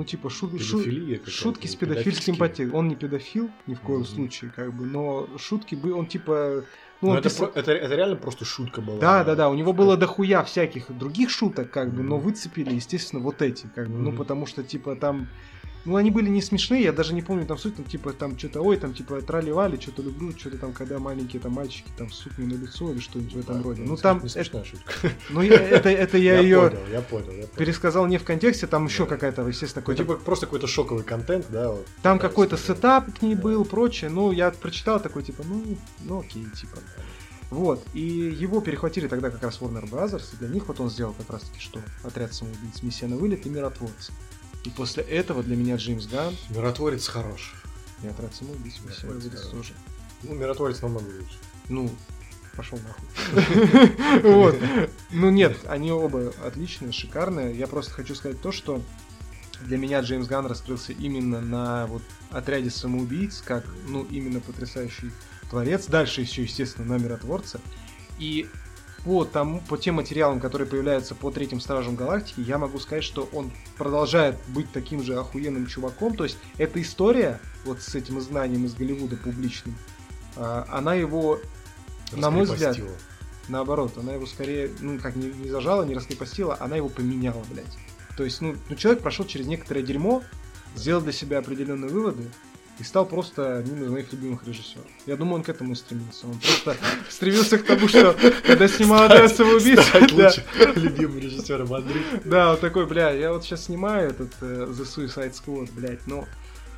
Шутки с педофильским подтекстом. Он не педофил ни в коем случае, но шутки были, он типа... это реально просто шутка была. Да, у него было дохуя всяких других шуток, но выцепили, естественно, вот эти, потому что, типа, там... они были не смешные, я даже не помню там суть, там что-то, трали-вали, что-то люблю, что-то там, когда маленькие там мальчики там ссут мне на лицо или что-нибудь в этом роде. Там... Не смешная шутка. Это я ее понял. пересказал не в контексте, там еще какая-то, естественно, какой-то... просто какой-то шоковый контент, да? Вот, там какой-то сетап к ней был, прочее, я прочитал такой, типа, окей, типа... Вот, и его перехватили тогда как раз Warner Brothers, и для них вот он сделал как раз-таки что? «Отряд самоубийц», «Миссия на вылет» и «Миротворцы». И после этого для меня Джеймс Ганн... «Миротворец» хорош. И «Отряд самоубийц», «Миссия на вылет» тоже. «Миротворец» намного лучше. Пошел нахуй. Вот. Нет, они оба отличные, шикарные. Я просто хочу сказать то, что для меня Джеймс Ганн раскрылся именно на вот «Отряде самоубийц», как, именно потрясающий творец. Дальше еще, естественно, на «Миротворце». И по тем материалам, которые появляются по третьим Стражам Галактики, я могу сказать, что он продолжает быть таким же охуенным чуваком. То есть эта история, вот с этим знанием из Голливуда публичным, она его, на мой взгляд, наоборот, она его скорее, не зажала, не раскрепостила, она его поменяла, блядь. То есть, человек прошел через некоторое дерьмо, сделал для себя определенные выводы и стал просто одним из моих любимых режиссеров. Я думаю, он к этому стремился. Он просто стремился к тому, что когда снимал «Отряд самоубийц», любимым режиссером Андрей. Да, он такой, я вот сейчас снимаю этот The Suicide Squad, блядь,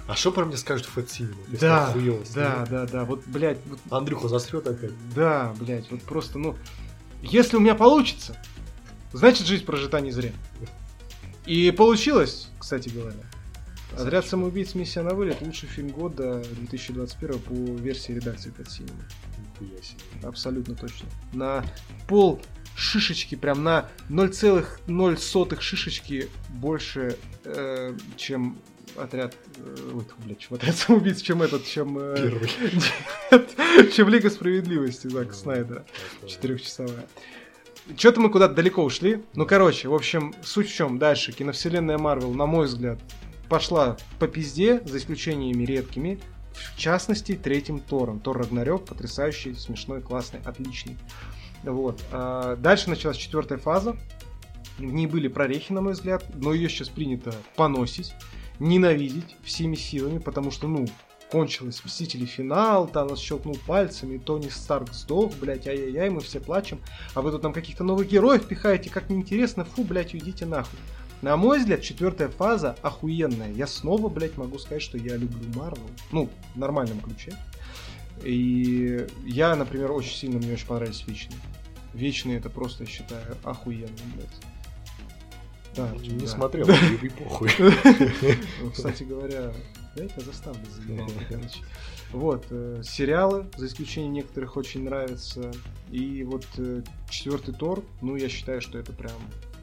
А что про меня скажут в Fat Cinema? Да. Вот, блядь. Вот... Андрюха засрет опять. Да, блядь, вот просто, ну... Если у меня получится, значит, жизнь прожита не зря. И получилось, кстати говоря. «Отряд самоубийц. Миссия на вылет» — лучший фильм года 2021 по версии редакции Fat Cinema. Абсолютно точно. На пол шишечки, прям на 0,0 шишечки больше, чем отряд... чем «Отряд самоубийц», чем Первый. Нет, чем «Лига справедливости» Зака Снайдера. 4-часовая. Что-то мы куда-то далеко ушли. Ну, короче, в общем, суть в чем. Дальше. Киновселенная Марвел, на мой взгляд, пошла по пизде, за исключениями редкими. В частности, третьим Тором. Тор Рагнарёк, потрясающий, смешной, классный, отличный. Вот. Дальше началась 4-я фаза. В ней были прорехи, на мой взгляд, но ее сейчас принято поносить, ненавидеть всеми силами, потому что, ну, кончилось «Мстители. Финал», Танос щелкнул пальцами, Тони Старк сдох, блять, ай-яй-яй, мы все плачем, а вы тут там каких-то новых героев пихаете, как неинтересно, фу, блять, уйдите нахуй. На мой взгляд, 4-я фаза охуенная. Я снова, блять, могу сказать, что я люблю Марвел. Ну, в нормальном ключе. И я, например, мне очень понравились Вечные. Вечные — это просто, я считаю, охуенно, блять. Да, не смотрел, и похуй. Кстати говоря, я это заставлю заебал, короче. Вот, сериалы, за исключением некоторых, очень нравятся. И вот 4-й Тор, ну, я считаю, что это прям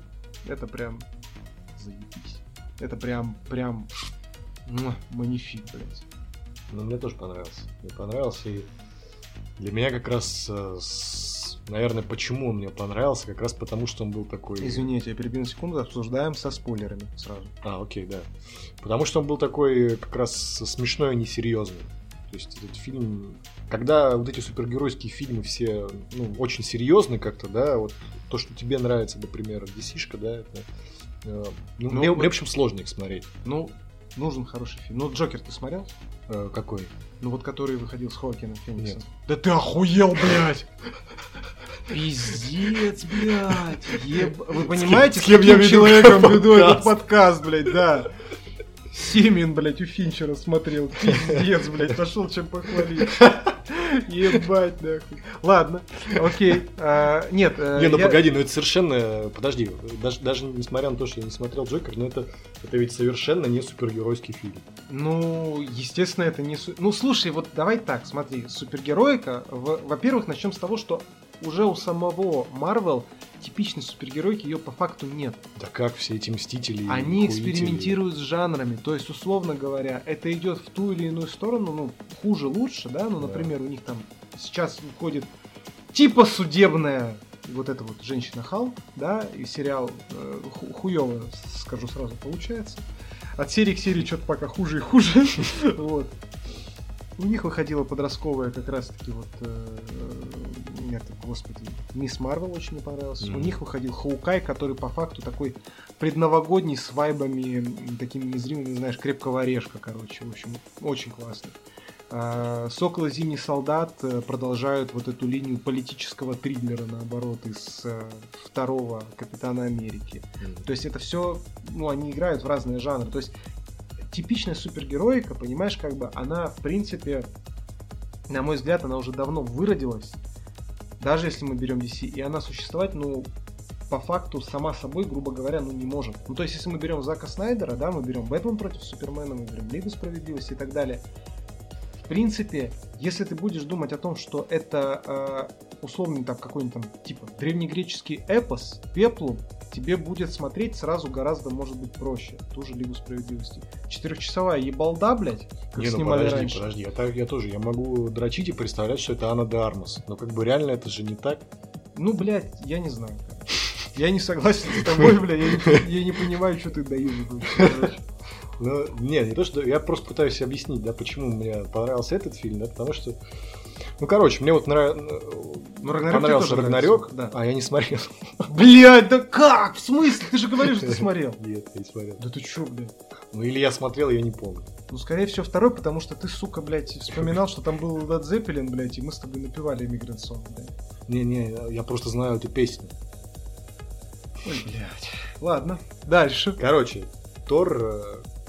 заебись. Это прям манифик, блядь. Ну, мне тоже понравился. Мне понравился, и для меня как раз, наверное, почему он мне понравился, как раз потому, что он был такой... Извините, я перебью на секунду, обсуждаем со спойлерами сразу. Окей, да. Потому что он был такой как раз смешной и несерьезный. То есть этот фильм... Когда вот эти супергеройские фильмы все, ну, очень серьезны как-то, да, вот то, что тебе нравится, например, DC-шка, да, это... мне, в общем, сложно их смотреть. Ну, нужен хороший фильм. Ну, «Джокер» ты смотрел? Какой? Ну, вот который выходил с Хоакином Фениксом. Нет. Да ты охуел, блядь! Пиздец, блядь! Вы понимаете, с каким человеком веду этот подкаст, блядь, да? Семин, блядь, у Финчера смотрел. Пиздец, блядь, пошел чем похвалить. Ебать, нахуй. Ладно, окей. Нет. Погоди, это совершенно... Подожди, даже несмотря на то, что я не смотрел «Джокер», но это ведь совершенно не супергеройский фильм. Ну, естественно, это не... Ну, слушай, вот давай так, смотри. Супергеройка, во-первых, начнем с того, что уже у самого Марвел типичной супергеройки ее по факту нет. Да как все эти мстители? Они экспериментируют с жанрами. То есть, условно говоря, это идет в ту или иную сторону, ну, хуже, лучше, да? Ну, например, у них там сейчас выходит типа судебная вот эта вот женщина Халк, да, и сериал хуёво, скажу сразу, получается. От серии к серии что-то пока хуже и хуже. Вот. У них выходила подростковая как раз-таки вот... господи, Мисс Марвел очень мне понравилась. У них выходил Хоукай, который по факту такой предновогодний с вайбами такими незримыми, знаешь, крепкого орешка, короче. В общем, очень классно. Сокол и Зимний солдат продолжают вот эту линию политического триллера, наоборот, из второго Капитана Америки. То есть это все, ну, они играют в разные жанры. То есть типичная супергероика, понимаешь, как бы она, в принципе, на мой взгляд, она уже давно выродилась, даже если мы берем DC, и она существовать, ну, по факту, сама собой, грубо говоря, ну, не может. Ну, то есть, если мы берем Зака Снайдера, да, мы берем Бэтмен против Супермена, мы берем Лигу справедливости и так далее. В принципе, если ты будешь думать о том, что это условный там какой-нибудь там типа древнегреческий эпос, пеплум, тебе будет смотреть сразу гораздо, может быть, проще. Ту же Лигу справедливости. 4-часовая ебалда, блядь, как снимали раньше. Подожди, я могу дрочить и представлять, что это Анна де Армас. Но как бы реально это же не так. Ну, блядь, я не знаю. Я не согласен с тобой, блядь, я не понимаю, что ты доебываешь, короче. Ну, не то, что... Я просто пытаюсь объяснить, да, почему мне понравился этот фильм, да, потому что... Ну, короче, мне вот понравился Рагнарёк, да. А я не смотрел. Блядь, да как? В смысле? Ты же говоришь, что ты смотрел. Нет, я не смотрел. Да ты чё, блядь? Ну, или я смотрел, я не помню. Ну, скорее всего, второй, потому что ты, сука, блядь, вспоминал, что там был Led Zeppelin, блядь, и мы с тобой напевали Immigrant Song, блядь. Не, я просто знаю эту песню. Ой, блядь. Ладно, дальше. Короче, Тор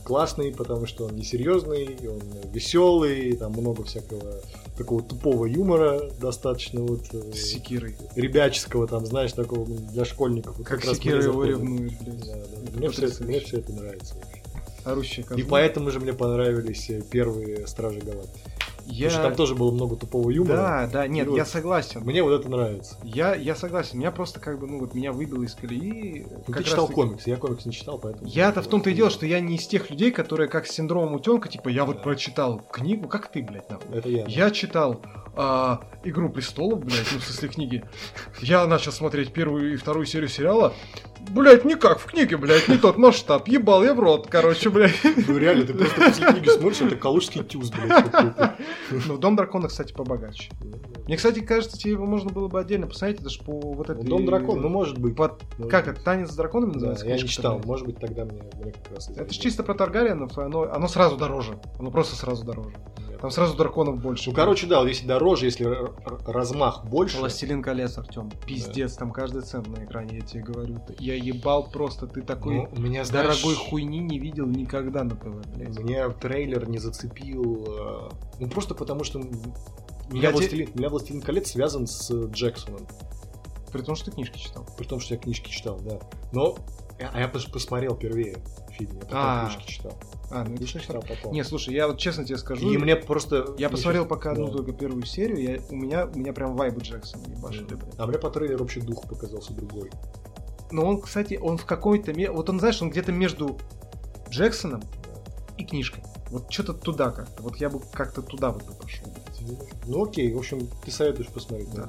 классный, потому что он несерьезный, он веселый, там много всякого такого тупого юмора, достаточно вот... С секирой. Ребяческого, там, знаешь, такого для школьников. Как секира его ревнует, блядь. Да. Мне все это нравится. Орущие козлы. И поэтому же мне понравились первые Стражи Галактики. Потому что там тоже было много тупого юмора. Да, нет, я согласен. Мне вот это нравится. Я согласен. Меня просто как бы, меня выбило из колеи. Ты читал комикс, я комикс не читал, поэтому... Я-то в том-то и дело, что я не из тех людей, которые как с синдромом утенка, типа, я вот прочитал книгу, как ты, блядь, нахуй. Это я. Я читал «Игру престолов», блядь, в смысле книги. Я начал смотреть первую и вторую серию сериала. Блять, не как в книге, блядь, не тот масштаб. Ебал я в рот, короче, блядь. Ну реально, ты просто после книги смотришь, это калужский тюз, блядь. Ну, «Дом дракона», кстати, побогаче. Мне, кстати, кажется, тебе его можно было бы отдельно посмотреть, это ж по вот этой... «Дом дракона», ну, может быть. Как это, «Танец с драконами» называется? Да, я не читал, может быть, тогда мне как раз... Это ж чисто про Таргариенов, и оно сразу дороже. Оно просто сразу дороже. Там сразу драконов больше. Ну, короче, да, если дороже, если размах больше... «Властелин колец», Артём. Пиздец, там каждый цент на экране, я тебе говорю. Я ебал просто, ты такой дорогой хуйни не видел никогда на ТВ, блядь. Меня трейлер не зацепил, ну просто потому что меня «Властелин колец» связан с Джексоном. При том, что ты книжки читал. При том, что я книжки читал, да. Но я посмотрел впервые фильм, я потом книжки читал. Книжки читал потом. Не, слушай, я вот честно тебе скажу. И мне просто... Я посмотрел пока одну только первую серию, у меня прям вайбы Джексона ебашили. А мне по трейлеру вообще дух показался другой. Но он, кстати, он в какой-то... Вот он, знаешь, он где-то между Джексоном и книжкой. Вот что-то туда как-то. Вот я бы как-то туда вот пошел. Ну окей, в общем, ты советуешь посмотреть, да?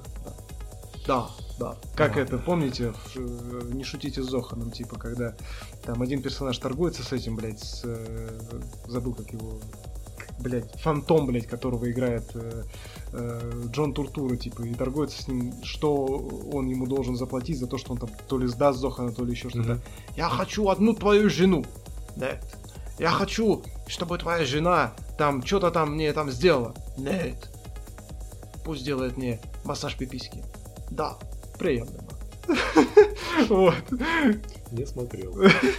Да. Как это, помните, «Не шутите с Зоханом», типа, когда там один персонаж торгуется с этим, блядь, забыл, как его... Блядь, фантом, блядь, которого играет Джон Туртура, типа, и торгуется с ним, что он ему должен заплатить за то, что он там то ли сдаст Зохана, то ли еще что-то. Я хочу одну твою жену. Нет. Я хочу, чтобы твоя жена там что-то там мне там сделала. Нет. Пусть делает мне массаж пиписьки. Да, приемлемо. Вот. Не смотрел.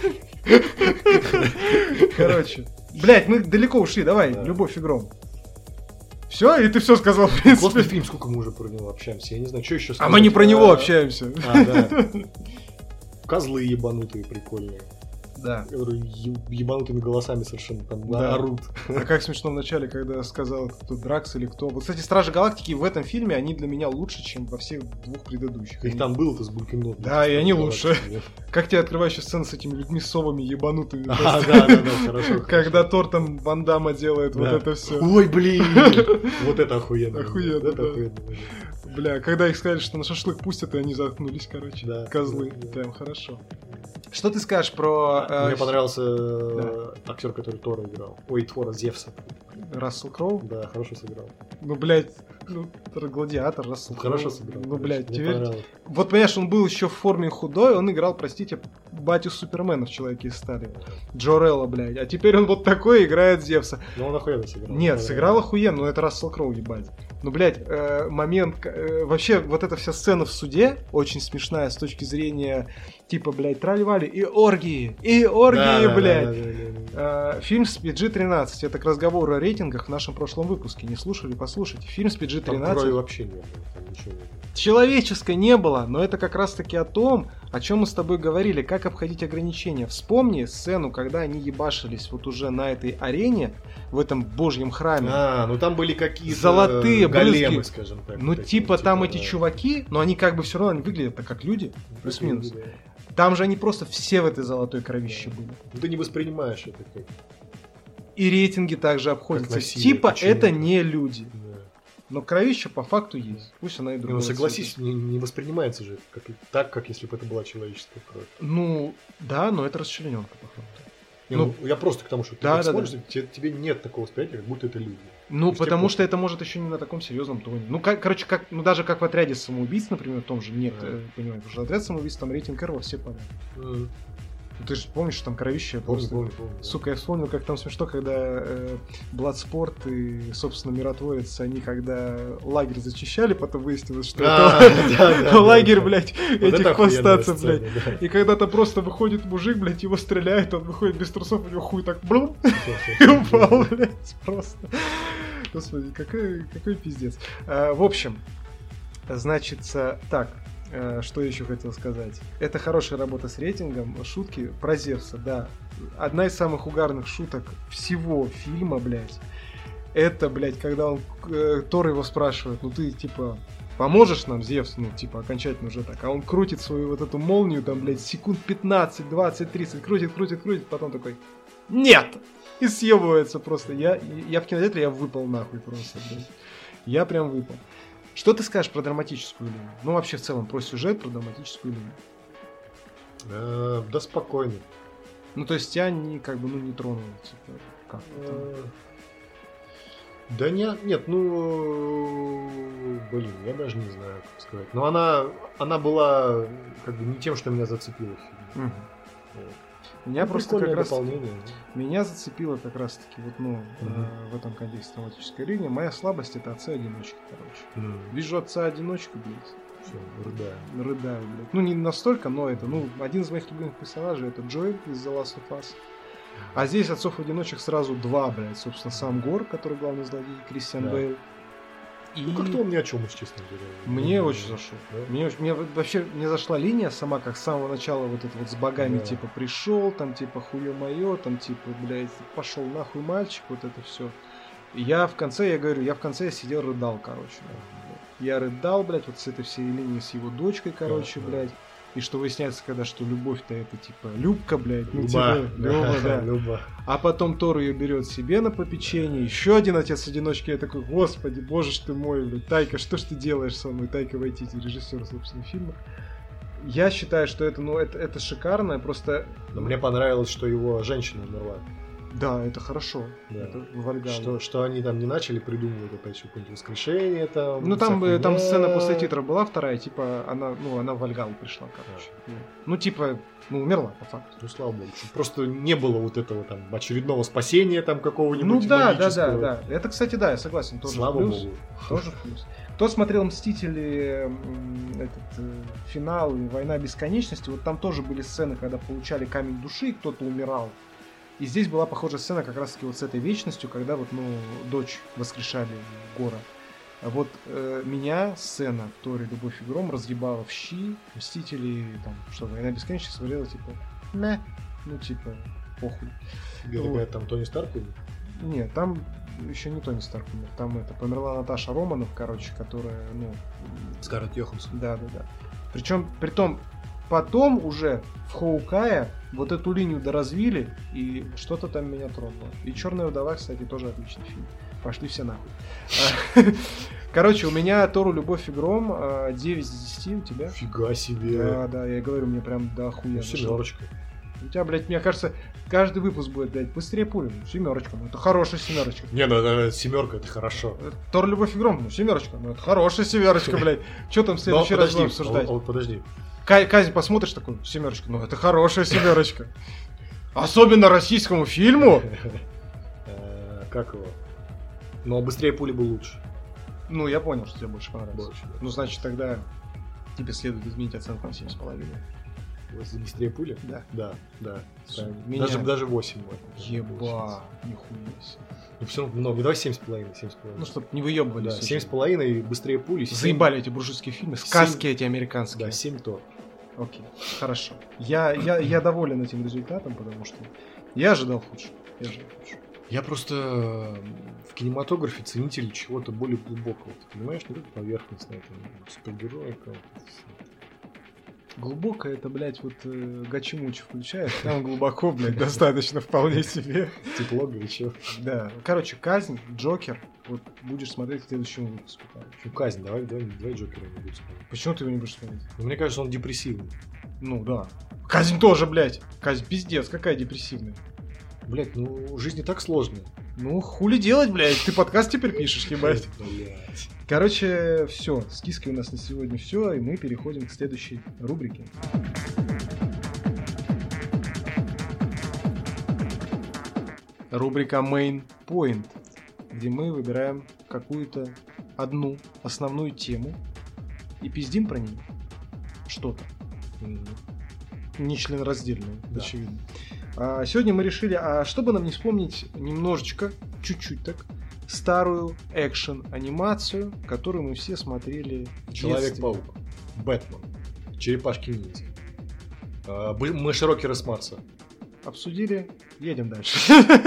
Короче. Блять, мы далеко ушли, давай, «Любовь и гром». Все, и ты все сказал, в принципе. Классный фильм, сколько мы уже про него общаемся, я не знаю, что еще сказать. А мы не про него общаемся. Да. Козлы ебанутые, прикольные. Да. Которые ебанутыми голосами совершенно там орут. А как смешно в начале, когда сказал кто Дракс или кто. Вот, кстати, «Стражи Галактики» в этом фильме, они для меня лучше, чем во всех двух предыдущих. Их там было-то с Булькиным. Да, и они лучше. Как тебе открывающая сцена с этими людьми совами ебанутыми? Да, хорошо. Когда Тор там Ван Дамма делает вот это все. Ой, блин! Вот это охуенно. Охуенно. Бля, когда их сказали, что на шашлык пустят, и они заткнулись, короче. Да. Козлы. Прям хорошо. Что ты скажешь про... Мне понравился актер, который Тора играл. Ой, Тора, Зевса. Рассел Кроу? Да, хорошо сыграл. Ну, блядь, гладиатор, Рассел Кроу. Хорошо сыграл. Ну, блядь, теперь... Вот, понимаешь, он был еще в форме худой, он играл, простите, батю Супермена в «Человеке из стали». Джо-Релла, блядь. А теперь он вот такой играет Зевса. Ну, он охуенно сыграл. Нет, сыграл охуенно, но это Рассел Кроу, ебать. Ну, блядь, момент... Вообще, вот эта вся сцена в суде очень смешная с точки зрения, типа, блядь, трали-вали и оргии, блядь. Фильм с PG-13. Это к разговору о рейтингах в нашем прошлом выпуске. Не слушали? Послушайте. Фильм с PG-13. Там крови вообще не было. Там ничего не было. Человеческой не было, но это как раз-таки о том, о чем мы с тобой говорили, как обходить ограничения. Вспомни сцену, когда они ебашились вот уже на этой арене, в этом божьем храме. Ну там были какие-то золотые големы, скажем так. Ну типа там эти чуваки, но они как бы все равно выглядят так как люди, плюс-минус. Там же они просто все в этой золотой кровище были. Ну ты не воспринимаешь это как... И рейтинги также обходятся. Типа это не люди. Но кровища по факту есть. Пусть она и другая. Ну, согласись, не воспринимается же так, как если бы это была человеческая кровь. Ну, да, но это расчлененка, по факту. Я просто к тому, что ты смотришь, тебе нет такого восприятия, как будто это люди. Ну, потому что это может еще не на таком серьезном тоне. Ну, короче, даже как в «Отряде самоубийц», например, в том же нет, понимаешь, уже «Отряд самоубийц», там рейтинг R во все поля. Ты же помнишь, там кровище просто... Помню. Сука, я вспомнил, как там смешно, когда Бладспорт и, собственно, Миротворец, они когда лагерь зачищали, потом выяснилось, что это лагерь, блядь, этих повстанцев, блядь. И когда там просто выходит мужик, блядь, его стреляет, он выходит без трусов, у него хуй так блум, и упал, блядь, просто. Господи, какой пиздец. В общем, значит, так... Что я еще хотел сказать? Это хорошая работа с рейтингом. Шутки про Зевса, да. Одна из самых угарных шуток всего фильма, блядь. Это, блядь, когда Тор его спрашивает, ну ты, типа, поможешь нам, Зевс? Ну, типа, окончательно уже так. А он крутит свою вот эту молнию, там, блядь, секунд 15, 20, 30, крутит, потом такой, нет! И съебывается просто. Я в кинотеатре, я выпал нахуй просто, блядь. Я прям выпал. Что ты скажешь про драматическую линию? Ну, вообще, в целом, про сюжет, про драматическую линию. Да спокойно. Ну, то есть, тебя не тронуло, типа, как Да нет, я даже не знаю, как сказать. Но она была, как бы, не тем, что меня зацепило в фильме. Меня просто как раз... дополнение. Меня зацепило как раз-таки в этом контексте драматическая линия. Моя слабость — это отцы-одиночки, короче. Вижу отца-одиночку, блядь. Все, Рыдаю, блядь. Ну, не настолько, но это, один из моих любимых персонажей — это Джоэль из The Last of Us. А здесь отцов-одиночек сразу два, блядь. Собственно, сам Гор, который главный злодей, Кристиан Бейл. И... как-то он ни о чем, честно говоря. Мне очень зашел. Да? Мне вообще не зашла линия сама, как с самого начала вот это вот с богами, типа, пришел, там, типа, хуё моё, там, типа, блядь, пошел нахуй мальчик, вот это все. Я в конце я сидел, рыдал, короче. Я рыдал, блядь, вот с этой всей линией с его дочкой, короче, блядь. И что выясняется, когда что любовь-то это типа Любка, блядь. Люба. А потом Тор ее берет себе на попечение. Еще один отец-одиночки. Я такой, господи, боже ж ты мой, блядь. Тайка, что ж ты делаешь со мной? Тайка Вайтити, режиссер, собственно, фильма. Я считаю, что это шикарно, просто... Но мне понравилось, что его женщина умерла. Да, это хорошо. Да. Это Вальгалла. Что они там не начали придумывать опять какое-нибудь воскрешение там. Ну там сцена после титров была вторая, типа она в Вальгаллу пришла, короче. Ну типа, умерла по факту. Ну слава богу. Просто не было вот этого там очередного спасения там какого-нибудь. Ну да. Это, кстати, да, я согласен. Тоже слава плюс. богу. Тоже плюс. Кто смотрел «Мстители», финал и «Война бесконечности», вот там тоже были сцены, когда получали камень души, и кто-то умирал. И здесь была похожая сцена как раз-таки вот с этой вечностью, когда вот, дочь воскрешали Гора. А вот меня сцена в Торе «Любовь и гром» разъебала в щи, «Мстители», там, что «Война бесконечности» смотрела, типа, похуй. Где-то там Тони Старк умер? Нет, там еще не Тони Старк умер. Там померла Наташа Романов, короче, которая, Скарлетт Йоханссон. Да. Притом, потом уже в Хоукае вот эту линию доразвили, и что-то там меня тронуло. И «Черная вдова», кстати, тоже отличный фильм. Пошли все нахуй. Короче, у меня Тору «Любовь и гром» 9 из 10, у тебя? Фига себе. Да, я говорю, мне прям до хуя. Семерочка. У тебя, блядь, мне кажется, каждый выпуск будет, блядь, быстрее пули. Семерочка, это хорошая семерочка. Не, это семерка, это хорошо. Тор «Любовь и гром», семерочка, это хорошая семерочка, блядь. Что там в следующий раз будем обсуждать? Подожди. Казнь посмотришь, такой, семерочка, это хорошая семерочка. Особенно российскому фильму. Как его? Но «Быстрее пули» был лучше. Я понял, что тебе больше понравилось. Значит, тогда тебе следует изменить оценку на 7,5. «Быстрее пули»? Да. Даже 8. Еба, нихуя себе. Ну все много. Давай 7,5. Ну, чтобы не выебывались. Да, 7,5 и «Быстрее пули». Заебали эти буржуйские фильмы, сказки эти американские. Да, 7 то. Окей, хорошо. Я доволен этим результатом, потому что я ожидал худшего. Я просто в кинематографе ценитель чего-то более глубокого. Ты понимаешь, не только поверхностно, это супергерой. Глубоко это, блядь, вот Гачимучи включаешь, там глубоко, блядь, достаточно вполне себе. Тепло, горячо. Да. Короче, «Казнь», «Джокер», вот будешь смотреть в следующем выпуске. «Казнь», давай «Джокера» не будем смотреть. Почему ты его не будешь смотреть? Мне кажется, он депрессивный. Ну да. «Казнь» тоже, блядь. «Казнь» пиздец, какая депрессивная. Блядь, жизнь не так сложная. Хули делать, блядь? Ты подкаст теперь пишешь, ебать. Короче, все. С киской у нас на сегодня все, и мы переходим к следующей рубрике. рубрика Main Point, где мы выбираем какую-то одну основную тему и пиздим про нее что-то. Нечленораздельное, Да. очевидно. Сегодня мы решили, чтобы нам не вспомнить немножечко, чуть-чуть так, старую экшен-анимацию, которую мы все смотрели в детстве. Человек-паук, Бэтмен, Черепашки-ниндзя, мыши-рокеры с Марса. Обсудили, едем дальше.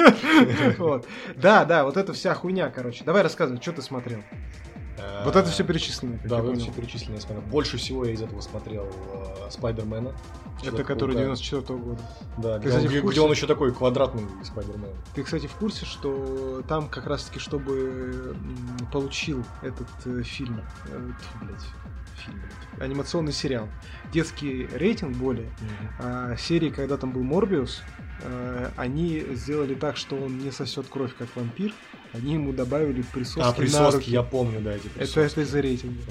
Да, вот эта вся хуйня, короче. Давай рассказывай, что ты смотрел. Вот это все перечислено. Да, вот это все перечислено я смотрел. Больше всего я из этого смотрел Спайдермена. Это который 94-го года. Да, где он еще такой квадратный Спайдермен. Ты, кстати, в курсе, что там как раз-таки, чтобы получил этот фильм, анимационный сериал, детский рейтинг более, серии, когда там был Морбиус, они сделали так, что он не сосет кровь, как вампир. Они ему добавили присоски, присоски, на руки. Я помню, да, эти присоски. Это из-за рейтинга.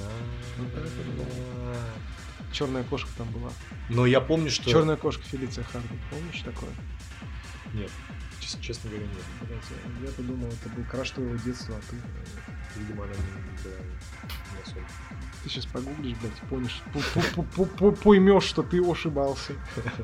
Черная кошка там была. Но я помню, что... Черная кошка Фелиция Харди. Помнишь такое? Нет. Честно говоря, нет. Я-то думал, это был краш твоего детства, а ты... Видимо, она не особо. Ты сейчас погуглишь, блядь, помнишь, поймешь, что ты ошибался.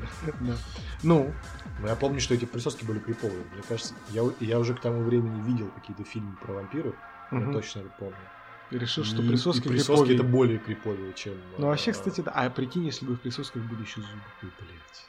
Ну? Я помню, что эти присоски были криповые. Мне кажется, я уже к тому времени видел какие-то фильмы про вампиров. Я точно это помню. И решил, что присоски криповые. Это более криповые, чем... Ну, вообще, кстати, да. А прикинь, если бы в присосках были еще зубы. Блядь.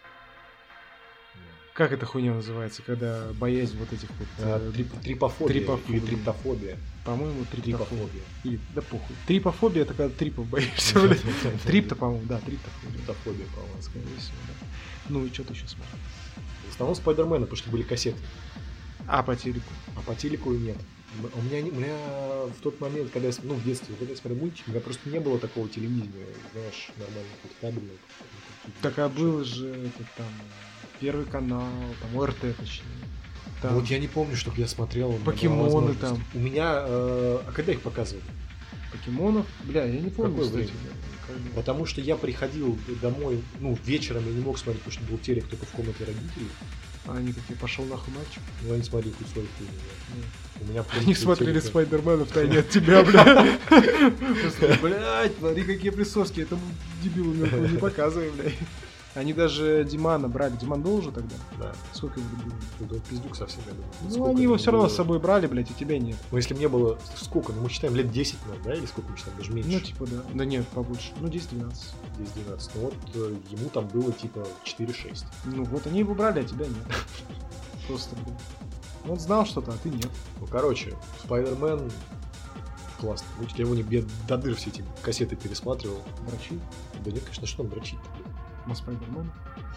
Как эта хуйня называется, когда боязнь вот этих вот... Трипофобия. Или триптофобия. По-моему, трипофобия. Или, да похуй. Трипофобия — это когда трипов боишься, блядь. Трипто, по-моему, да, триптофобия. Триптофобия, по-моему. Скорее всего, да. Ну и что ты еще смотрел? В основном Спайдермена, потому что были кассеты. А по телеку? А по телеку нет. У меня в тот момент, когда я, в детстве, когда я смотрел мультики, у меня просто не было такого телевидения, знаешь, нормально, кабельного. Так, а был же этот, там, Первый канал, там, ОРТ, точнее. Там... Вот я не помню, чтобы я смотрел. Покемоны там. У меня... А когда их показывали? Покемонов? Бля, я не помню, кстати. Потому что я приходил домой, вечером я не мог смотреть, потому что был телек только в комнате родителей. А они такие, пошел нахуй мальчик? Ну, они смотрели хоть свой фильм. У меня они смотрели Спайдермена втайне от тебя, блядь. Просто, блядь, смотри, какие присоски, этому дебилу не показывай, блядь. Они даже Димана брали. Диман был уже тогда? Да. Сколько ему было? Да, пиздюк совсем, я думаю. Ну, они его все равно с собой брали, блядь, и тебя нет. Ну, если мне было... Сколько? Мы считаем лет 10, да? Или сколько мы считаем? Даже меньше. Ну, типа, да. Да нет, побольше. 10-12. 10-12. Ну, вот ему там было, типа, 4-6. Ну, вот они его брали, а тебя нет. Просто, блин. Он знал что-то, а ты нет. Ну, короче, Спайдермен... Классно. Я его не до дыр все эти кассеты пересматривал. Дрочил? Да нет, конечно, что он дрочить-то, блин. На Спайдермен?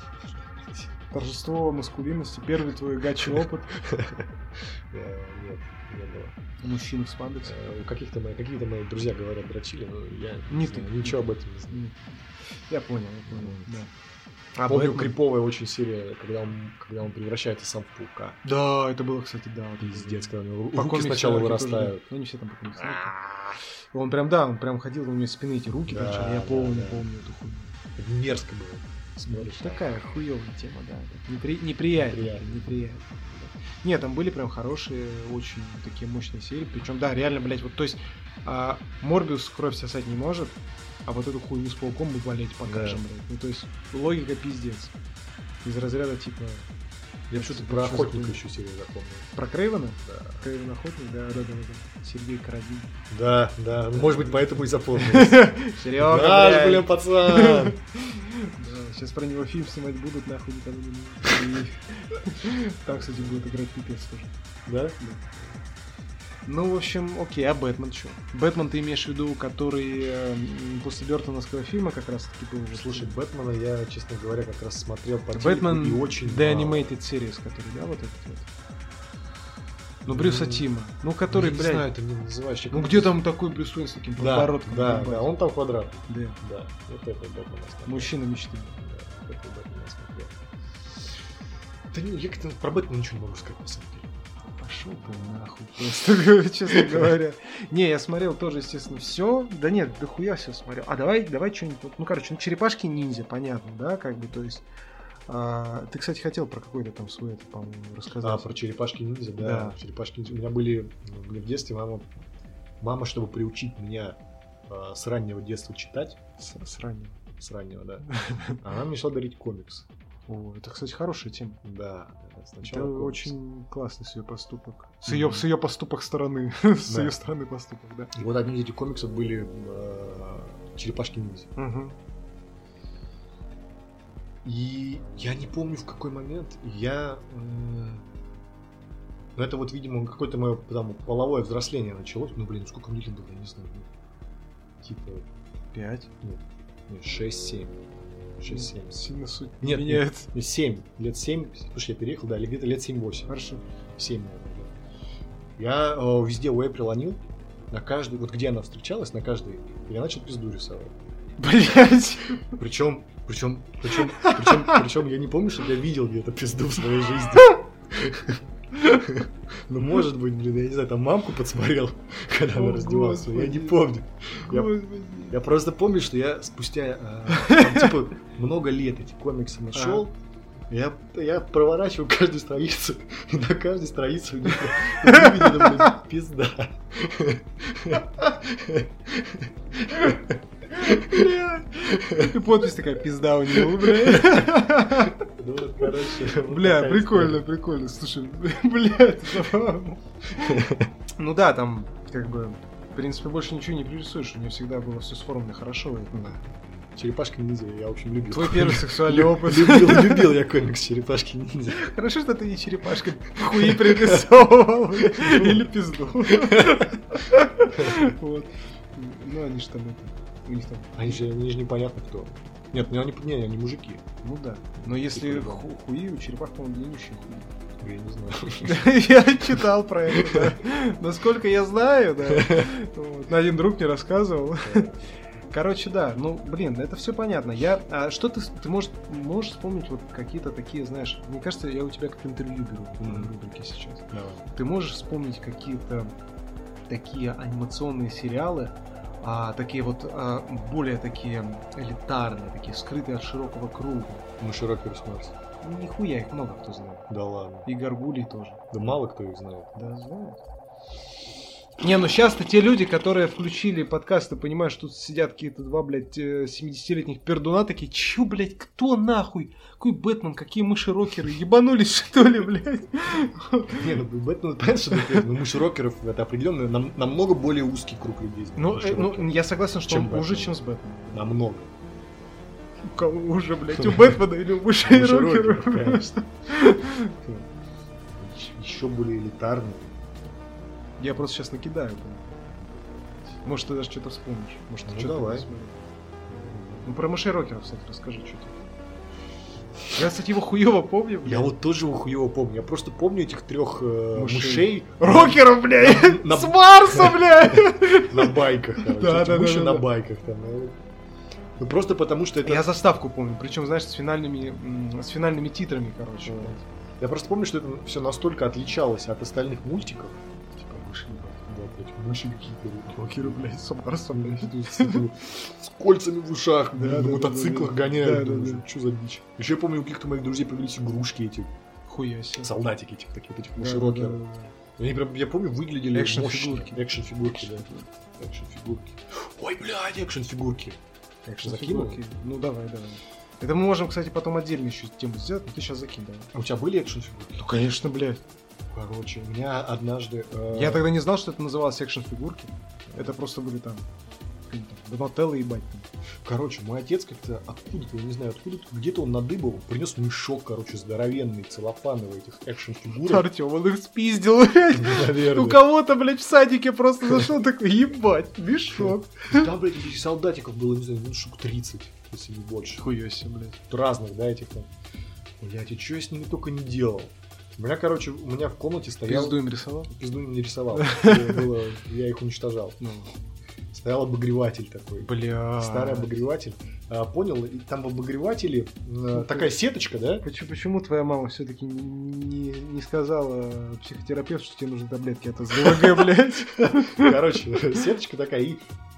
Торжество маскулинности, первый твой гачи опыт. Нет, не было. Мужчины в спандексе. Какие-то мои друзья говорят, дрочили, но я ничего об этом не знаю. Я понял, да. Помню криповая очень серия, когда он превращается сам в паука. Да, это было, кстати, да. Пиздец, когда у него руки сначала вырастают. Ну, не все там по комиксу. Он прям ходил, у него спины эти руки торчали. Я помню эту хуйню. Мерзко было. Смотришь. Такая хуёвая тема, да. Неприятно. Нет, там были прям хорошие, очень такие мощные серии. Причем, да, реально, блядь, вот, то есть, Морбиус кровь сосать не может, а вот эту хуйню с пауком мы, блядь, покажем, блядь. Ну, то есть, логика пиздец. Из разряда, типа... Я что-то про охотника еще серию запомнил. Про Крейвена? Да. Крейвен охотник, да. Сергей Карадин. Да. Может быть, поэтому и запомнил. Серега, да, блин, пацан. Сейчас про него фильм снимать будут, нахуй никому не нужно. Там, кстати, будет играть пипец тоже. Да? Ну, в общем, окей, а Бэтмен что? Бэтмен ты имеешь в виду, который после Бёртоновского фильма как раз таки был? Слушай, Бэтмена я, честно говоря, как раз смотрел по телеку Бэтмен и очень The Animated Series, который, да, вот этот вот? Ну, Брюса Тима. Ну, который, блядь... Не знаю, ты мне называешь. Ну, где там такой Брюс Уэйн с таким подбородком? Да, он там квадрат. Да. Вот это Бэтмен. Мужчина мечты. Да, вот это Бэтмен я смотрел. Да не, я как-то про Бэтмена ничего не могу сказать, на самом деле. Пошел ты нахуй, просто, честно говоря. Не, я смотрел тоже, естественно, все. Да нет, дохуя все смотрел. А давай что-нибудь. Ну, короче, черепашки-ниндзя, понятно, да, как бы, то есть. Ты, кстати, хотел про какой-то там свой, по-моему, рассказать. Про черепашки-ниндзя, да. Черепашки-ниндзя. У меня были в детстве мама, чтобы приучить меня с раннего детства читать. С раннего. С раннего, да. Она мне шла дарить комикс. О, это, кстати, хорошая тема. Да. Это очень классный с ее поступок. С ее поступок стороны. С ее стороны поступок, да. И вот одни из этих комиксов были черепашки-ниндзя. И я не помню, в какой момент ну, это вот, видимо, какое-то мое там половое взросление началось. Ну, блин, сколько мне лет было, я не знаю. Типа... 5? Нет, 6-7. 6-7. Сильно суть нет, меняет. Нет, 7. Лет 7, потому что я переехал, да, или где-то лет 7-8. Хорошо. 7, наверное, да. Я везде у Эйприл О'Нил, на каждый, вот где она встречалась, на каждый, я начал пизду рисовать. Блять. Причем я не помню, что я видел где-то пизду в своей жизни. Ну, может быть, блин, я не знаю, там мамку подсмотрел, когда она раздевалась, я не помню. Я просто помню, что я спустя, типа, много лет эти комиксы нашел, я проворачивал каждую страницу, и на каждой странице у них выведена, блин, пизда. Бля. И подпись такая, пизда у него, бля. Ну, короче. Бля, прикольно. Слушай, бля, это забавно. Ну да, там, как бы, в принципе, больше ничего не пририсуешь. У нее всегда было все сформлено хорошо. Черепашки-ниндзя, я, в общем, любил. Твой первый сексуальный опыт. Любил я комикс Черепашки-ниндзя. Хорошо, что ты не черепашка хуи пририсовывал, или пизду. Вот. Ну, они же там это... У них там... Они же непонятно кто. Нет, они мужики. Ну да. Но если хуи, у черепах, по-моему, длиннющие хуи. Я не знаю. Я читал про это, да. Насколько я знаю, да. Один друг мне рассказывал. Короче, да, ну, блин, это все понятно. Что ты можешь вспомнить вот какие-то такие, знаешь, мне кажется, я у тебя как интервью беру в рубрике сейчас. Давай. Ты можешь вспомнить какие-то такие анимационные сериалы, такие вот более такие элитарные, такие скрытые от широкого круга. Мышерокеры с Марса. Нихуя, их много кто знает. Да ладно. И Гаргулий тоже. Да мало кто их знает. Да, знает. Не, ну сейчас-то те люди, которые включили подкасты, понимают, что тут сидят какие-то два, блядь, 70-летних пердуна, такие, чё, блядь, кто нахуй? Какой Бэтмен, какие мыши-рокеры? Ебанулись, что ли, блядь? Не, ну Бэтмен, понятно, что такое, но мыши-рокеров это определенно намного более узкий круг людей. Ну, я согласен, что он уже, чем с Бэтменом. Намного. У кого уже, блядь, у Бэтмена или у мыши-рокеров? Еще более элитарный. Я просто сейчас накидаю. Может, ты даже что-то вспомнишь. Может, ты что-то давай. посмотришь. Ну, про мышей-рокеров, кстати, расскажи что-то. Я, кстати, его хуёво помню, блядь. Я вот тоже его хуёво помню. Я просто помню этих трех мышей. Рокеров, блядь! С Марса, блядь! На байках, короче. Да. Мыши на байках там. Ну, просто потому, что это... Я заставку помню, причем, знаешь, с финальными титрами, короче. Я просто помню, что это все настолько отличалось от остальных мультиков. Типа мыши, да, блядь, мыши какие-то. Рокеры, блядь, с Марсом, блядь. С кольцами в ушах, на мотоциклах гоняют. Да. Что за дичь? Еще я помню, у каких-то моих друзей появились игрушки эти. Хуя себе. Солдатики этих, таких вот этих мыши-рокеров. Они прям, я помню, выглядели экшн-фигурки. Экшн-фигурки, да. Экшн-фигурки. Ой, блядь, экшн-фигурки. Экшн-фигурки. Ну, давай. Это мы можем, кстати, потом отдельно еще тему сделать, но ты сейчас закинь, давай. А у тебя были экшн-фигурки? Ну, конечно, блядь. Короче, у меня однажды... Я тогда не знал, что это называлось экшн-фигурки. Это просто были там Донателло и Бэтмен. Короче, мой отец как-то откуда-то, я не знаю откуда, где-то он надыбал, принес мешок, короче, здоровенный, целлофановый этих экшн-фигурок. Артём, он их спиздил, блядь. Наверное. У кого-то, блядь, в садике просто зашел такой, ебать, мешок. Там, блядь, этих солдатиков было, не знаю, штук 30, если не больше. Хуя себе, блядь. Разных, да, этих там. Блядь, и что я с ними только не делал. У меня в комнате стоял... Пизду им рисовал? Пизду им не рисовал. Я их уничтожал. Стоял обогреватель такой. Бля. Старый обогреватель. Понял? И там в обогревателе такая сеточка, да? Почему твоя мама все-таки не сказала психотерапевту, что тебе нужны таблетки от СДВГ, блядь? Короче, сеточка такая, и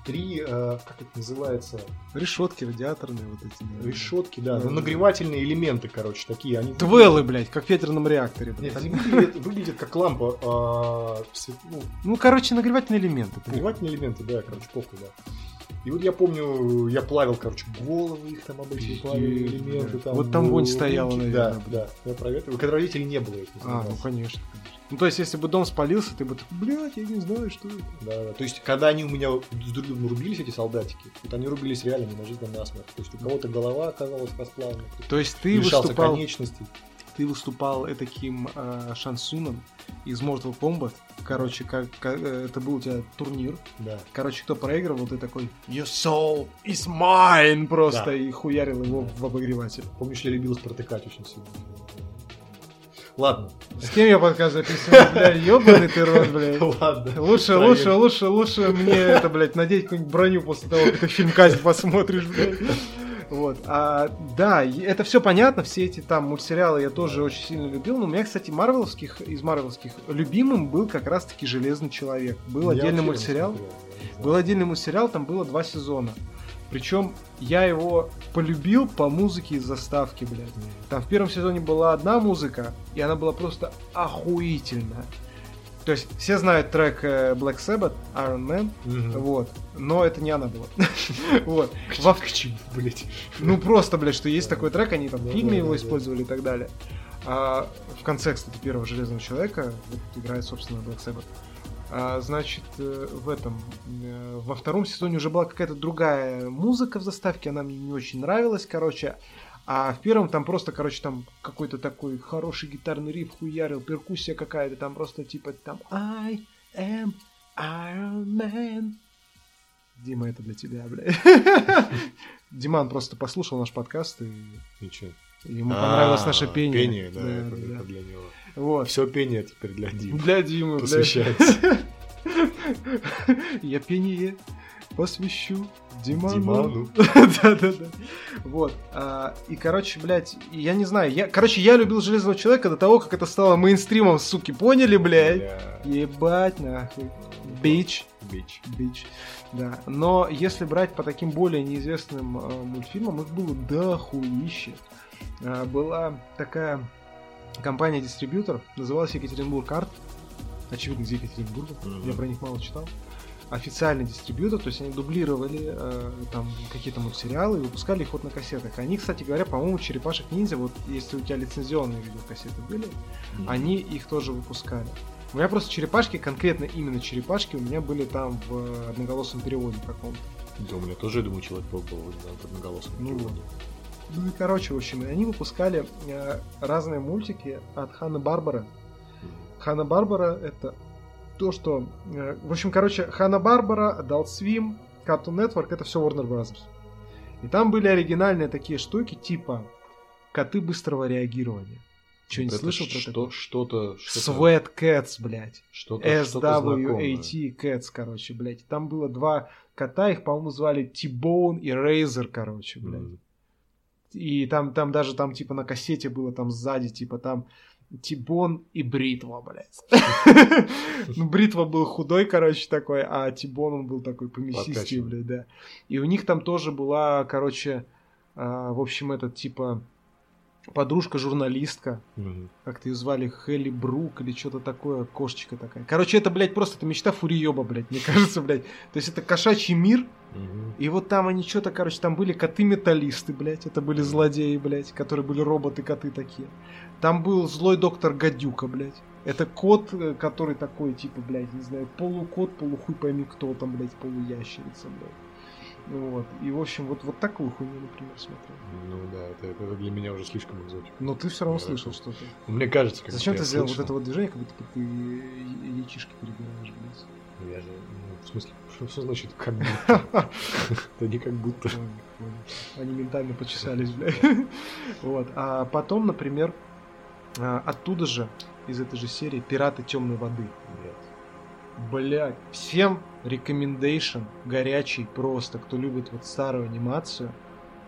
3, как это называется? Решетки радиаторные вот эти. Да. Решетки, да. Ну, нагревательные элементы, короче, такие. Они Твеллы, блядь, как в ядерном реакторе. Блядь. Нет, выглядят как лампа. Короче, нагревательные элементы. Нагревательные элементы, да, короче, похуй, да. И вот я помню, я плавил, короче, головы их там об эти плавили элементы. Там, вот там вонь стояла, наверное. Да. Я проверил. Когда родителей не было. Ну, конечно. Ну, то есть, если бы дом спалился, ты бы такой, блядь, я не знаю, что это. Да. То есть, когда они у меня с друг другом рубились, эти солдатики, вот они рубились реально не на жизнь, а на смерть. То есть, у кого-то голова оказалась расплавлена. То есть, ты выступал... конечностей. Ты выступал таким Шансуном из Mortal Kombat. Короче, это был у тебя турнир. Да. Короче, кто проигрывал, ты такой Your soul is mine! Просто и хуярил его в обогреватель. Помнишь, я любил спартыкать очень сильно. Ладно. С кем я подкаст записываю? Бля, ёбаный ты рот, блядь. Ладно. Лучше мне это, блядь, надеть какую-нибудь броню после того, как ты фильм «Казнь» посмотришь, блядь. Вот. Да, это все понятно, все эти там мультсериалы я тоже очень сильно любил, но у меня, кстати, из марвеловских любимым был как раз-таки «Железный человек». Был отдельный мультсериал, там было 2 сезона. Причем я его полюбил по музыке из заставки, блядь. Там в первом сезоне была одна музыка, и она была просто охуительная. То есть все знают трек Black Sabbath, Iron Man, вот, но это не она была. Вот. К чему, блядь? Ну просто, блядь, что есть такой трек, они там в фильме его использовали и так далее. А в конце, кстати, первого «Железного человека» играет, собственно, Black Sabbath. Значит, во втором сезоне уже была какая-то другая музыка в заставке, она мне не очень нравилась, короче. А в первом там просто, короче, там какой-то такой хороший гитарный риф хуярил, перкуссия какая-то, там просто типа там I am Iron Man. Дима, это для тебя, блядь. Диман просто послушал наш подкаст и чё? Ему понравилось наше пение. Пение, да, это для него. Вот. Все пение теперь для Димы. Для Димы, посвящается. Я пение посвящу Диману. Да. Вот. И, короче, блядь, я не знаю. Я любил «Железного человека» до того, как это стало мейнстримом, суки. Поняли, блядь? Ебать, нахуй. Бич. Да. Но если брать по таким более неизвестным мультфильмам, их было дохуище. Была такая компания-дистрибьютор, называлась Екатеринбург Арт. Очевидно, из Екатеринбурга. Я про них мало читал. Официальный дистрибьютор, то есть они дублировали там какие-то мультсериалы и выпускали их вот на кассетах. Они, кстати говоря, по-моему, «Черепашек-ниндзя», вот если у тебя лицензионные видеокассеты были, они их тоже выпускали. У меня просто черепашки, конкретно именно черепашки, у меня были там в одноголосом переводе каком-то. Да, у меня тоже, я думаю, Человек-паук был в одноголосом переводе. Ну и, короче, в общем, они выпускали разные мультики от Ханна-Барбара. Ханна-Барбара — это то, что... В общем, короче, Ханна-Барбара, Adult Swim, Cartoon Network — это все Warner Brothers. И там были оригинальные такие штуки, типа коты быстрого реагирования. Что-нибудь слышал про такое? Что-то... Sweat Cats, блядь. Что-то SWAT Cats, короче, блядь. Там было 2 кота, их, по-моему, звали T-Bone и Razor, короче, блядь. И там даже там типа на кассете было там сзади, типа там Тибон и Бритва, блядь. Ну, Бритва был худой, короче, такой, а Тибон он был такой помесистый, блядь, да. И у них там тоже была, короче, в общем, этот типа подружка-журналистка. Как-то ее звали, Хелли Брук или что-то такое, кошечка такая. Короче, это, блядь, просто это мечта фуриёба, блядь, мне кажется, блядь. То есть это кошачий мир. И вот там они что-то, короче, там были коты-металлисты, блядь. Это были злодеи, блядь, которые были роботы-коты такие. Там был злой доктор Гадюка, блядь. Это кот, который такой, типа, блядь, не знаю, полукот, полухуй пойми кто там, блядь, полуящерица, блядь. Вот. И, в общем, вот такую хуйню, например, смотрел. Ну да, это для меня уже слишком экзотика. Но ты все равно слышал что-то. Мне кажется, как зачем ты сделал вот это вот движение, как будто ты яичишки перебираешь, блядь? Я же, в смысле, что значит как будто? Это не как будто. Они ментально почесались, блядь. Вот. А потом, например, оттуда же, из этой же серии, «Пираты темной воды». Блядь, всем рекомендейшн горячий просто, кто любит вот старую анимацию,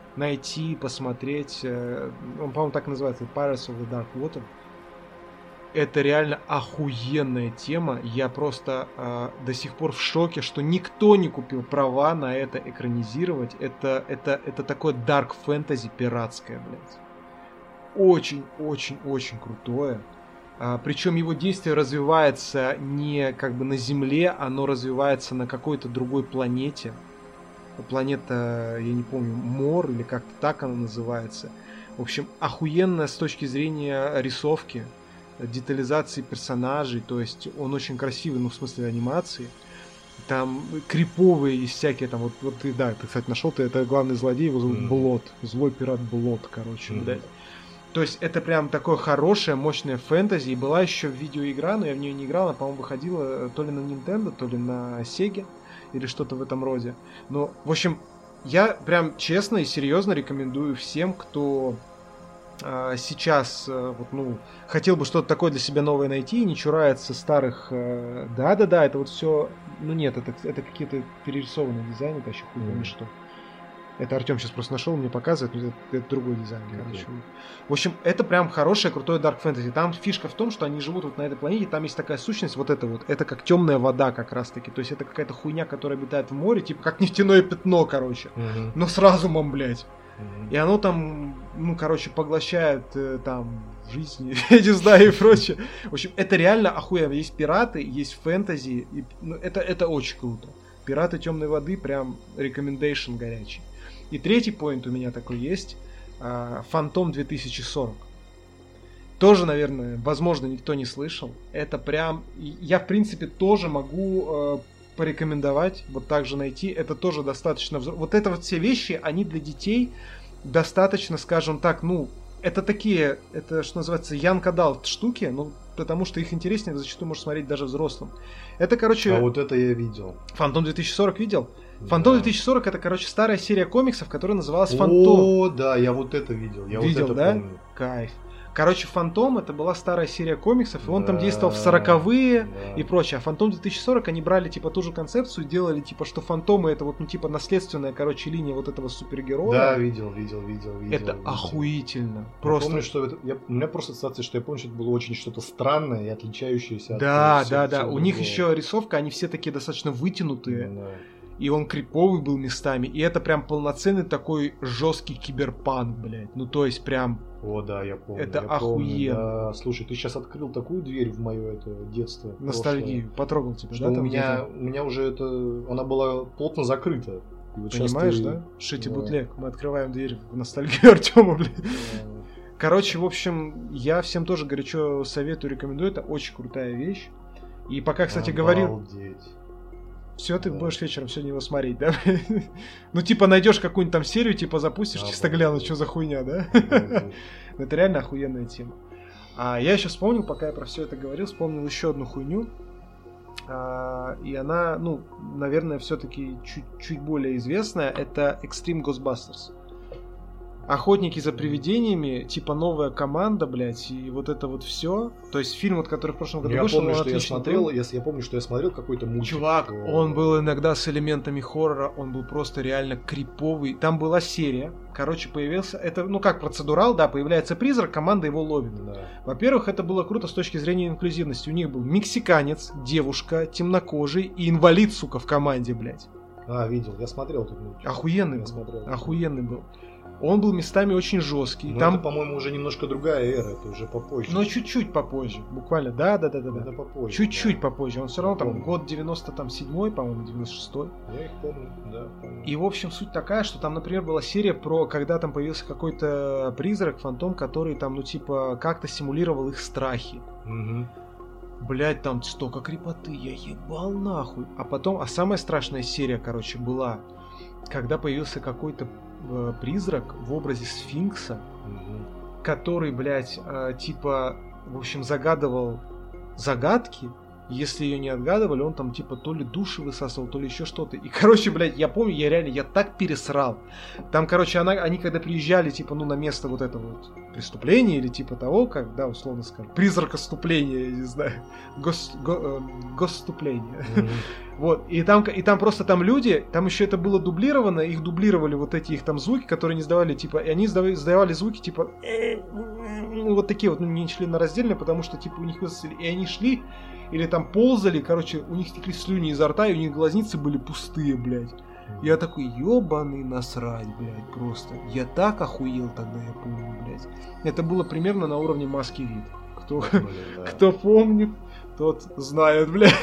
найти, посмотреть. Он, по-моему, так называется, Pirates of the Dark Water. это реально охуенная тема. Я просто до сих пор в шоке, что никто не купил права на это экранизировать. Это такое дарк фэнтези пиратское, блядь. Очень-очень-очень крутое. Причем его действие развивается не как бы на Земле, оно развивается на какой-то другой планете. Планета, я не помню, Мор или как-то так она называется. В общем, охуенная с точки зрения рисовки, детализации персонажей. То есть он очень красивый, ну в смысле анимации. Там криповые есть всякие там, вот ты, да, ты, кстати, нашел, это главный злодей, его зовут Блот. Злой пират Блот, короче, блядь. То есть это прям такое хорошее, мощное фэнтези. И была еще видеоигра, но я в нее не играл, она, по-моему, выходила то ли на Nintendo, то ли на Sega, или что-то в этом роде. Но, в общем, я прям честно и серьезно рекомендую всем, кто сейчас хотел бы что-то такое для себя новое найти и не чурается старых... Да-да-да, это вот все... Ну нет, это какие-то перерисованные дизайны, это еще хуй пойми что. Это Артем сейчас просто нашел, мне показывает, но это другой дизайн. Короче. В общем, это прям хорошее, крутое Dark Fantasy. Там фишка в том, что они живут вот на этой планете, там есть такая сущность, вот, это как темная вода как раз-таки. То есть это какая-то хуйня, которая обитает в море, типа как нефтяное пятно, короче. Но с разумом, блядь. И оно там, поглощает там жизнь, я не знаю, и прочее. В общем, это реально охуенно. Есть пираты, есть фэнтези. Это очень круто. Пираты темной воды, прям рекомендейшн горячий. И третий поинт у меня такой есть. Фантом 2040. Тоже, наверное, возможно, никто не слышал. Это прям... Я, в принципе, тоже могу порекомендовать, вот так же найти. Это тоже достаточно... Вот это вот все вещи, они для детей достаточно, скажем так, это такие, это, что называется, young adult штуки, потому что их интереснее зачастую можно смотреть даже взрослым. Это, короче... А вот это я видел. Фантом 2040 видел? Фантом 2040 это, короче, старая серия комиксов, которая называлась Фантом. О, да, я вот это видел. Я видел, вот это да? помню. Кайф. Короче, Фантом это была старая серия комиксов, и он там действовал в 40-е и прочее. А Фантом 2040 они брали, типа, ту же концепцию, делали, типа, что Фантомы это вот, наследственная, короче, линия вот этого супергероя. Да, видел. Это охуительно. Просто... Я помню, что у меня просто ассоциация, что я помню, что это было очень что-то странное и отличающееся от... Да. У них еще рисовка, они все такие достаточно вытянутые. Да. И он криповый был местами. И это прям полноценный такой жесткий киберпанк, блядь. То есть прям... О, да, я помню. Это охуенно. Да. Слушай, ты сейчас открыл такую дверь в мое детство. Ностальгию. Потрогал тебя, что да? У меня уже она была плотно закрыта. Вот понимаешь, да? Шити бутлег. Мы открываем дверь в ностальгию Артема, блядь. Короче, в общем, я всем тоже горячо советую, рекомендую. Это очень крутая вещь. И пока, кстати, говорил... Все, ты будешь вечером сегодня его смотреть, да? Найдешь какую-нибудь там серию, запустишь, чисто глянуть, что за хуйня, да? Это реально охуенная тема. А я еще вспомнил, пока я про все это говорил, вспомнил еще одну хуйню. И она, наверное, все-таки чуть более известная. Это Extreme Ghostbusters. Охотники за привидениями, типа новая команда, блядь, и вот это вот все. То есть фильм, который в прошлом году вышел, он отлично был. Я помню, что я смотрел какой-то мультик. Чувак, он был иногда с элементами хоррора, он был просто реально криповый. Там была серия, короче, появился, это, как процедурал, да, появляется призрак, команда его ловит. Да. Во-первых, это было круто с точки зрения инклюзивности. У них был мексиканец, девушка, темнокожий и инвалид, сука, в команде, блядь. Видел, я смотрел этот мультик. Охуенный был. Он был местами очень жесткий. Но там, это, по-моему, уже немножко другая эра, это уже попозже. Но чуть-чуть попозже, буквально, да. Это попозже. Чуть-чуть попозже. Он все равно там год 97-й, по-моему, 96-й. Я их помню, да. И, в общем, суть такая, что там, например, была серия про, когда там появился какой-то призрак, фантом, который там, как-то симулировал их страхи. Блять, там столько крепоты, я ебал нахуй. А самая страшная серия, короче, была, когда появился какой-то призрак в образе сфинкса, который, блядь, в общем, загадывал загадки Если ее не отгадывали, он там типа то ли души высасывал, то ли еще что-то. И, короче, блядь, я помню, я так пересрал. Там, короче, они когда приезжали, типа, ну, на место вот этого вот преступления или типа того, как, да, условно скажем, призракоступления, я не знаю, госступления. Вот, и там просто там люди, там еще это было дублировано, их дублировали вот эти их там звуки, которые не сдавали, типа, и они сдавали звуки, типа, вот такие вот, ну, не членораздельные, раздельные, потому что, типа, у них высосали, и они шли, или там ползали, короче, у них текли слюни изо рта, и у них глазницы были пустые, блядь. Я такой, ёбаный насрать, блядь, просто. Я так охуел тогда, я помню, блядь. Это было примерно на уровне маски вид. Кто помнит, тот знает, блядь.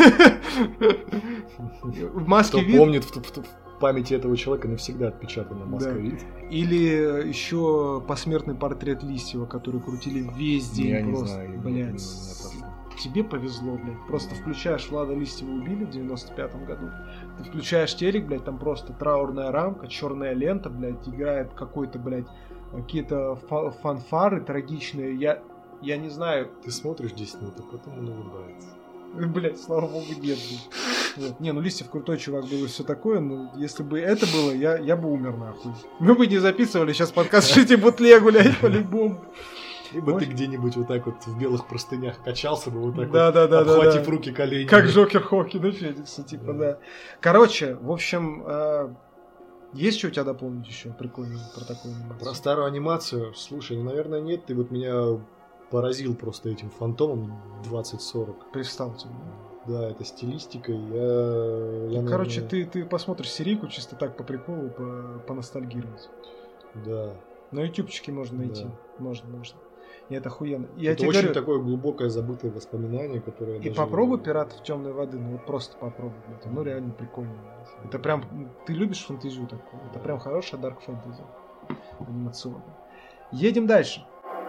В маске вид... Кто помнит, в памяти этого человека навсегда отпечатана маска вид. Или еще посмертный портрет Листьева, который крутили весь день. Я просто, не знаю, блядь. Тебе повезло, блядь. Просто включаешь Влада Листьева убили в 95-м году. Ты включаешь телек, блядь, там просто траурная рамка, черная лента, блядь, играет какой-то, блядь, какие-то фанфары трагичные. Я не знаю. Ты смотришь 10 минут, а потом он улыбается. Блядь, слава богу, нет. Вот. Не, ну Листьев крутой чувак был и все такое, но если бы это было, я бы умер нахуй. Мы бы не записывали сейчас подкаст «Шите бутлегу», блядь, по-любому. Либо ты где-нибудь вот так вот в белых простынях качался бы, вот так вот, обхватив руки коленями. Как Джокер Хокина Феникса, типа, да. Короче, в общем, есть что у тебя дополнить еще прикольно про такую анимацию? Про старую анимацию? Слушай, ну, наверное, нет. Ты вот меня поразил просто этим фантомом 2040. Пристал тебе. Да, это стилистика. Короче, ты посмотришь серийку чисто так по приколу, поностальгировать. Да. На ютубчике можно найти. Да. Можно. И это охуенно. Это очень говорю, такое глубокое забытое воспоминание, которое... И даже... попробуй «Пиратов темной воды», ну вот просто попробуй. Это, ну реально прикольно. Это прям... Ты любишь фэнтезию такую? Это прям хорошая дарк фэнтези. Анимационная. Едем дальше.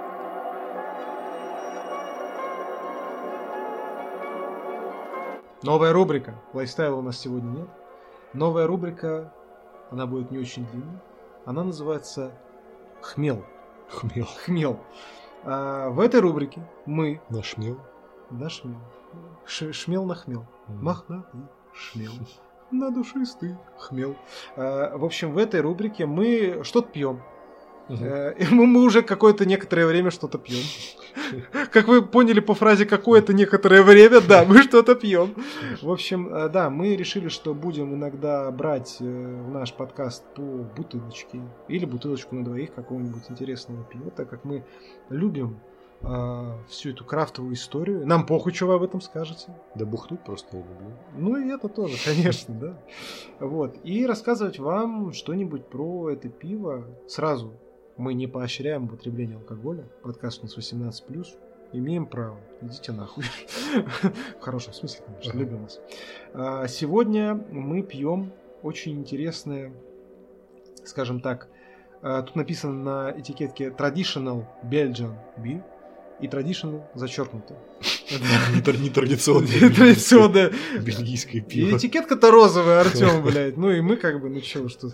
Новая рубрика. Лайфстайла у нас сегодня нет. Новая рубрика, она будет не очень длинной. Она называется «Хмел». Хмел. В этой рубрике мы... Нашмел. Шмел на хмел. Мохнатый шмел. На душистый хмел. В общем, в этой рубрике мы что-то пьем. Мы уже какое-то некоторое время что-то пьем. Как вы поняли по фразе «какое-то некоторое время», да, мы что-то пьем. В общем, да, мы решили, что будем иногда брать в наш подкаст по бутылочке или бутылочку на двоих какого-нибудь интересного пива, так как мы любим всю эту крафтовую историю. Нам похуй, что вы об этом скажете. Да бухнуть просто я люблю. Ну и это тоже, конечно, да. Вот. И рассказывать вам что-нибудь про это пиво сразу. Мы не поощряем употребление алкоголя. Подкаст у нас 18+. Имеем право. Идите нахуй. В хорошем смысле, конечно. Любим вас. Сегодня мы пьем очень интересное, скажем так, тут написано на этикетке Traditional Belgian Beer и Traditional зачеркнуто. Нетрадиционное бельгийское пиво. И этикетка-то розовая, Артем, блядь. Ну и мы как бы, ну чё, что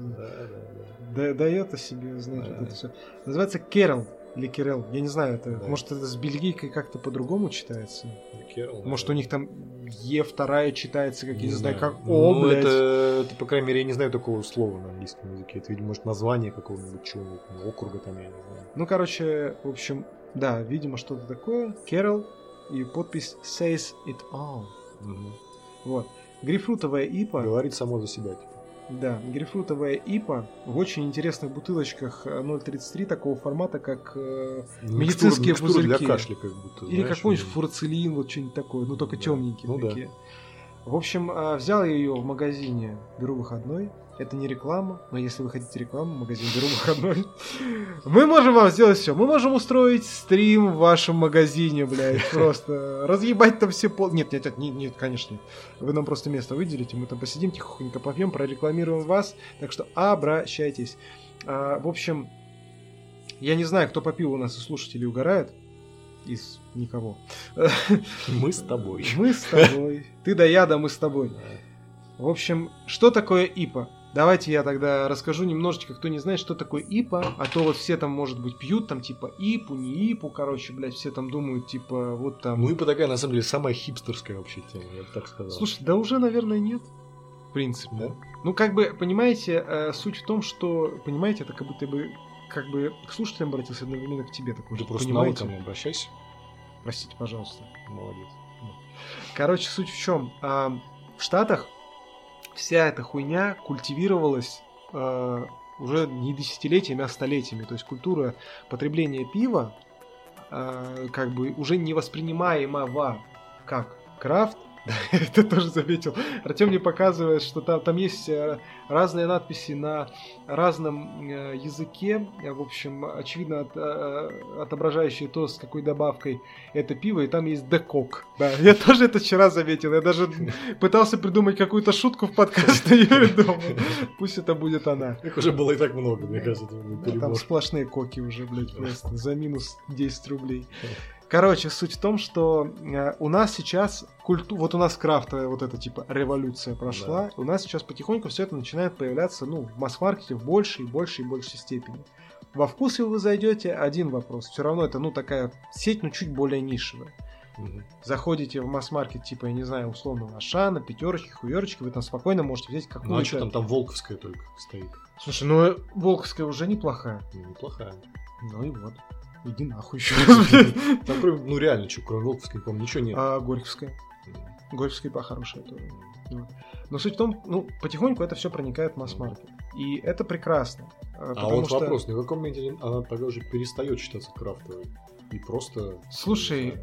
дает о себе знать вот это все. Называется Керел или Керел, я не знаю, это может это с бельгийкой как-то по-другому читается. Может у них там Е2 читается, как я не знаю, как О, блядь. Это, по крайней мере, я не знаю такого слова на английском языке. Это, видимо, может название какого-нибудь чего-нибудь, округа там, я не знаю. Ну, короче, в общем, да, видимо, что-то такое. Керел и подпись Says It All. Вот. Грейпфрутовая ипа. Говорит само за себя. Да, грейпфрутовая ипа в очень интересных бутылочках 0,33 такого формата, как медицинские пузырьки. Для кашля как будто. Или какой-нибудь фурацилин, вот что-нибудь такое, ну только темненькие такие. В общем, взял я ее в магазине «Беру выходной». Это не реклама, но если вы хотите рекламу, магазин «Беру выходной». Мы можем вам сделать все. Мы можем устроить стрим в вашем магазине, блядь, просто разъебать там все пол... Нет, конечно, нет. Вы нам просто место выделите, мы там посидим, тихонько попьем, прорекламируем вас. Так что обращайтесь. В общем, я не знаю, кто по пиву у нас из слушателей угорает. Из никого. Мы с тобой. Мы с тобой. Ты да я, да мы с тобой. В общем, что такое ипа? Давайте я тогда расскажу немножечко, кто не знает, что такое ИПА, а то вот все там, может быть, пьют там типа ИПу, не ИПу, короче, блядь, все там думают, типа, вот там... Ну, ИПа такая, на самом деле, самая хипстерская вообще тема, я бы так сказал. Слушай, да уже, наверное, нет, в принципе. Да? Ну, как бы, понимаете, суть в том, что, понимаете, это как будто бы, как бы к слушателям обратился одновременно к тебе. Такой, Ты просто понимаете? ко мне обращайся. Простите, пожалуйста. Молодец. Короче, суть в чем? В Штатах вся эта хуйня культивировалась уже не десятилетиями, а столетиями. То есть культура потребления пива как бы уже не воспринимаемого как крафт. Это тоже заметил. Артем мне показывает, что там есть разные надписи на разном языке. В общем, очевидно, отображающие то, с какой добавкой это пиво. И там есть декок. Да, я тоже это вчера заметил. Я даже пытался придумать какую-то шутку в подкасте, но я думал, пусть это будет она. Их уже было и так много, мне кажется. Там сплошные коки уже, блядь, просто за минус 10 рублей. Короче, суть в том, что у нас сейчас вот у нас крафтовая вот эта типа революция прошла, да. У нас сейчас потихоньку все это начинает появляться, ну, в масс-маркете в большей и большей и большей степени. Во вкус, если вы зайдете, один вопрос. Все равно это, ну, такая сеть, ну, чуть более нишевая. Угу. Заходите в масс-маркет, типа, я не знаю, условно, Ашана, пятерочки, хуерочки, вы там спокойно можете взять какую-то... Ну, а что там Волковская только стоит? Слушай, ну, Волковская уже неплохая. Неплохая. Ну и вот. Иди нахуй еще раз, блядь. Там, ну реально, что, кроме Волковской, по-моему, ничего нет. А Горьковская. Горьковская ИПА хорошая тоже. Но суть в том, ну, потихоньку это все проникает в масс-маркет. И это прекрасно. А вот что... вопрос, на каком моменте она тогда уже перестает считаться крафтовой? И просто... Слушай,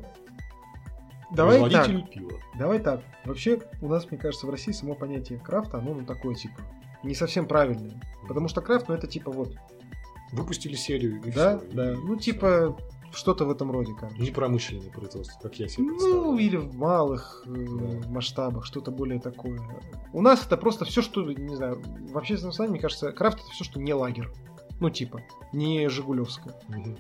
давай так. Пива. Давай так. Вообще, у нас, мне кажется, в России само понятие крафта, оно ну, такое, типа, не совсем правильное. Потому что крафт, ну, это типа вот... Выпустили серию и да, все. Да, ну типа что-то в этом роде, короче. Не промышленное производство, как я себе представляю. Ну, или в малых масштабах, что-то более такое. У нас это просто все, что, не знаю, в общественном сознании, мне кажется, крафт это все, что не лагер. Ну, типа, не Жигулевская.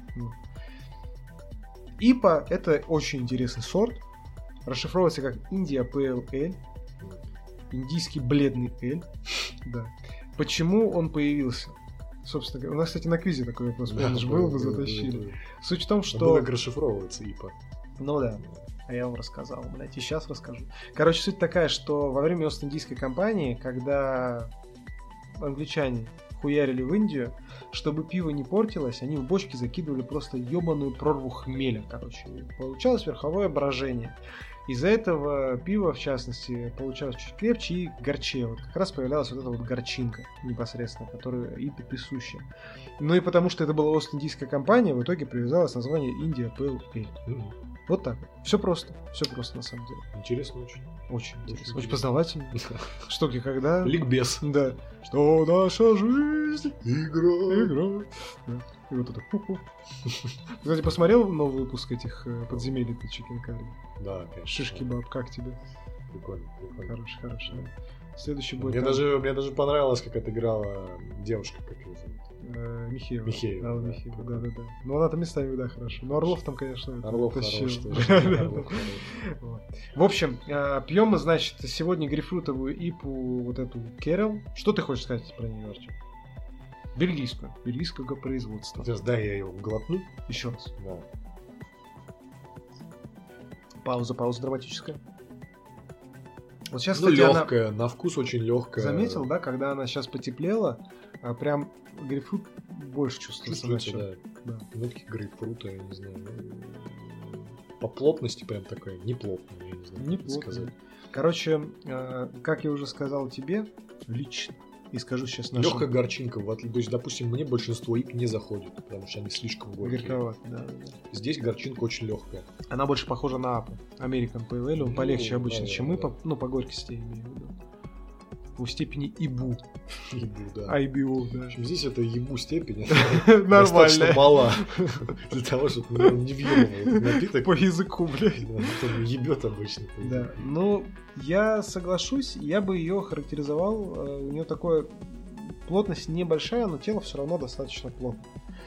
ИПА это очень интересный сорт. Расшифровывается как India Pale Ale. Индийский бледный эль. Да. Почему он появился? Собственно говоря, у нас, кстати, на квизе такой вопрос, помнишь, был, вы затащили. Суть в том, что... Как расшифровывается ИПА. Ну да, а я вам рассказал, блядь, и сейчас расскажу. Короче, суть такая, что во время Ост-Индийской кампании, когда англичане хуярили в Индию, чтобы пиво не портилось, они в бочки закидывали просто ебаную прорву хмеля, короче. Получалось верховое брожение. Из-за этого пиво, в частности, получалось чуть крепче и горчее. Вот как раз появлялась вот эта вот горчинка непосредственно, которая ИПе присуща. Ну и потому что это была Ост-Индийская компания, в итоге привязалось название India Pale Ale. Вот так вот. Все просто на самом деле. Интересно очень. Очень интересно. Очень познавательно. Что где когда. Ликбез. Да. Что наша жизнь игра. И вот это пу-пу. Кстати, посмотрел новый выпуск этих подземелий Chicken Curry? Да, конечно. Шишки баб, как тебе? Прикольно. Хороший, да. Следующий будет... Мне даже понравилось, как отыграла девушка, как ее зовут. Михеева. Михеева. Да. Ну, она там местами, да, хорошо. Но Орлов там, конечно, Орлов тащил. Хорош. В общем, пьем мы, значит, сегодня грейпфрутовую ипу, вот эту Керел. Что ты хочешь сказать про нее, Артем? Бельгийского производства. Сейчас дай я ее глотну. Еще раз. Да. Пауза драматическая. Вот сейчас, кстати, легкая, она... на вкус очень легкая. Заметил, да, когда она сейчас потеплела, прям грейпфрут больше чувствуется. Да. Нотки грейпфрута, я не знаю. По плотности прям такая, не плотная, я не знаю, как сказать. Короче, как я уже сказал тебе, лично, и скажу сейчас нашим... Легкая горчинка, то есть, допустим, мне большинство ИП не заходит, потому что они слишком горькие. Горьковато, да. Здесь горчинка очень легкая. Она больше похожа на АПу. American Pale Ale, он полегче обычно, чем ИПа, ну, по горькости я имею в виду. В степени ИБУ. Да. IBU, да. В общем, здесь это ИБУ степень достаточно мала для того, чтобы не въебывал напиток. По языку, блядь. Он ебет обычно. Да, ну, я соглашусь, я бы ее характеризовал, у нее такая плотность небольшая, но тело все равно достаточно плотное.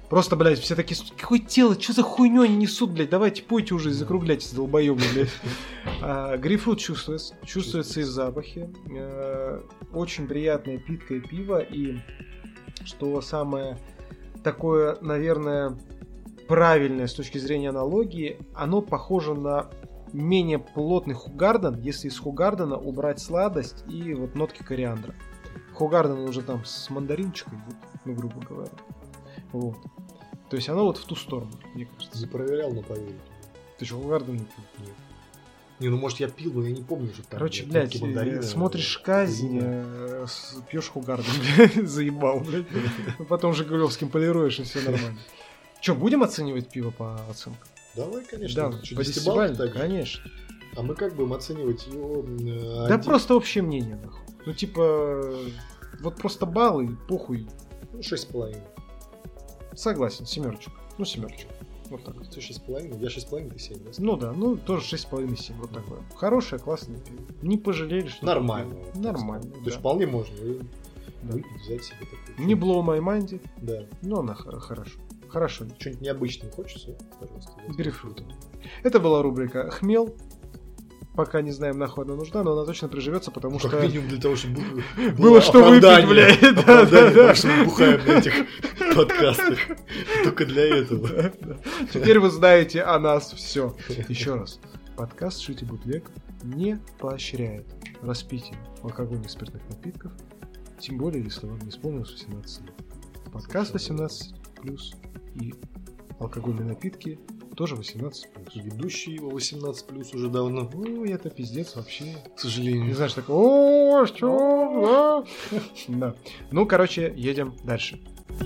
Просто, блядь, все такие, какое тело, что за хуйню они несут, блядь, давайте пойте уже и закругляйтесь, долбоёбы, блядь. Грейпфрут чувствуется и в запахе. Очень приятное питкое пиво, и что самое такое, наверное, правильное с точки зрения аналогии, оно похоже на менее плотный Хугарден, если из Хугардена убрать сладость и вот нотки кориандра. Хугарден уже там с мандаринчиком, ну, грубо говоря. Вот. То есть оно вот в ту сторону, мне кажется. Запроверял, но поверил. Ты что, Хугарден не пил? Нет. Не, ну может я пил, но я не помню, что там. Короче, блядь, смотришь казнь, пьешь Хугарден, блядь, заебал, блядь. Потом Жигулевским полируешь, и все нормально. Че, будем оценивать пиво по оценкам? Давай, конечно. Да, по 10 баллов, конечно. А мы как будем оценивать его? Да просто общее мнение, нахуй. Ну типа, вот просто баллы, похуй. Ну, 6,5. Согласен, 7. Ну, 7. Вот так. Ты 6,5, я 6,5, ты 7, да? Ну да, ну тоже 6,5-7, вот такое. Хорошее, классное пиво. Не пожалели, что... Нормально. Нормально, То есть вполне можно выпить, взять себе такой. Не blow my mind. Да. Но она хорошо. Хорошо. Что-нибудь необычное хочется? Пожалуйста. Грейпфрут. Это была рубрика «Хмел». Пока не знаем, нахуй она нужна, но она точно приживется, потому что... Как минимум для того, чтобы было что выпить, блядь. Потому что мы бухаем на этих подкастах. Только для этого. Теперь вы знаете о нас все. Еще раз. Подкаст «Шити Бутлег» не поощряет распитие алкогольных спиртных напитков, тем более, если вам не исполнилось 18 лет. Подкаст 18+, и алкогольные напитки тоже 18+. Ведущий его 18+ уже давно. Ой, это пиздец вообще. К сожалению. Не знаешь, такой, о, что? Да. Ну, короче, едем дальше.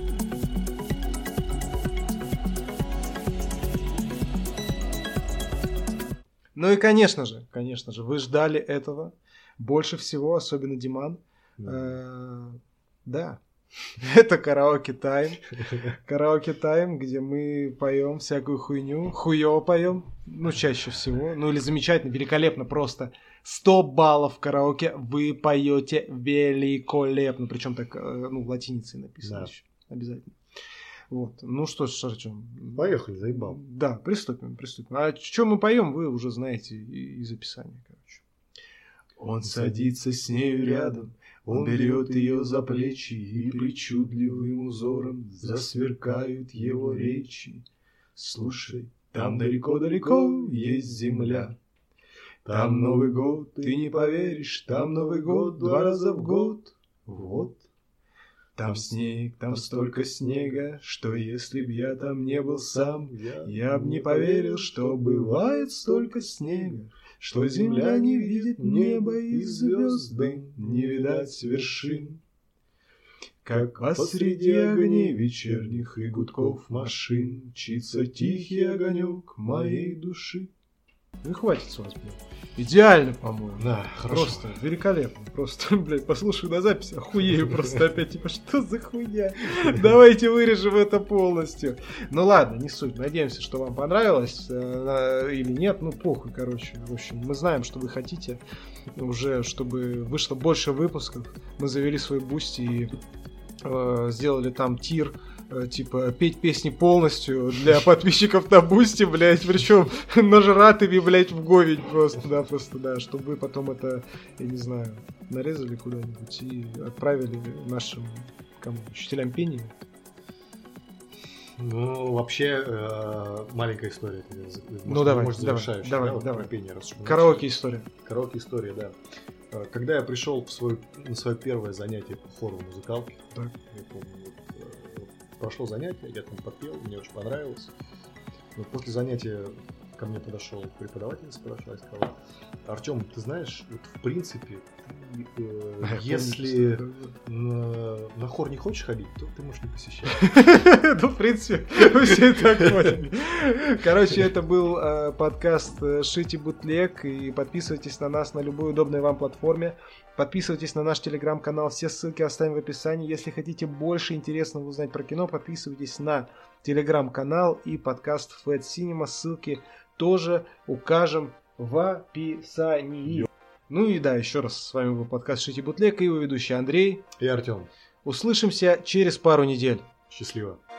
Ну и, конечно же, вы ждали этого больше всего, особенно Диман. Да. Это караоке тайм. Караоке тайм, где мы поем всякую хуйню. Хуёво поем. Ну, чаще всего. Ну, или замечательно, великолепно просто. 100 баллов в караоке. Вы поете великолепно. Причем так, ну, латиницей написано да. еще. Обязательно. Вот. Ну что ж, Артём. Поехали, заебал. Да, приступим. А что мы поем, вы уже знаете из описания, короче. Он садится с нею рядом. Он берет ее за плечи, и причудливым узором засверкают его речи. Слушай, там далеко-далеко есть земля. Там Новый год, ты не поверишь, там Новый год 2 раза в год. Вот. Там снег, там столько снега, что если б я там не был сам, я б не поверил, что бывает столько снега. Что земля не видит неба и звезды, не видать вершин. Как посреди огней вечерних и гудков машин мчится тихий огонек моей души. Ну и хватит с вас, блядь. Идеально, по-моему. Да, хорошо. Просто великолепно. Просто, блядь, послушаю на запись, охуею просто опять. Типа, что за хуйня? Давайте вырежем это полностью. Ну ладно, не суть. Надеемся, что вам понравилось. Или нет, ну похуй, короче. В общем, мы знаем, что вы хотите. Уже, чтобы вышло больше выпусков. Мы завели свой бусти и сделали там тир. Типа, петь песни полностью для подписчиков на Бусти, блядь, причем нажратыми, блядь, в говень просто, да, чтобы вы потом это, я не знаю, нарезали куда-нибудь и отправили нашим учителям пения. Ну, вообще, маленькая история. Ну, давай. Пение, Караоке-история. Караоке-история, да. Когда я пришел на свое первое занятие по хору музыкалки, я помню, прошло занятие, я там попел, мне очень понравилось. Но после занятия ко мне подошел преподаватель, спрашивал, сказал: Артём, ты знаешь, вот в принципе, если на хор не хочешь ходить, то ты можешь не посещать. Ну, в принципе, мы все так поняли. Короче, это был подкаст «Шити Бутлег», и подписывайтесь на нас на любой удобной вам платформе. Подписывайтесь на наш телеграм-канал, все ссылки оставим в описании. Если хотите больше интересного узнать про кино, подписывайтесь на телеграм-канал и подкаст Fat Cinema. Ссылки тоже укажем в описании. Ну и да, еще раз, с вами был подкаст «Шити Бутлег» и его ведущий Андрей. И Артем. Услышимся через пару недель. Счастливо.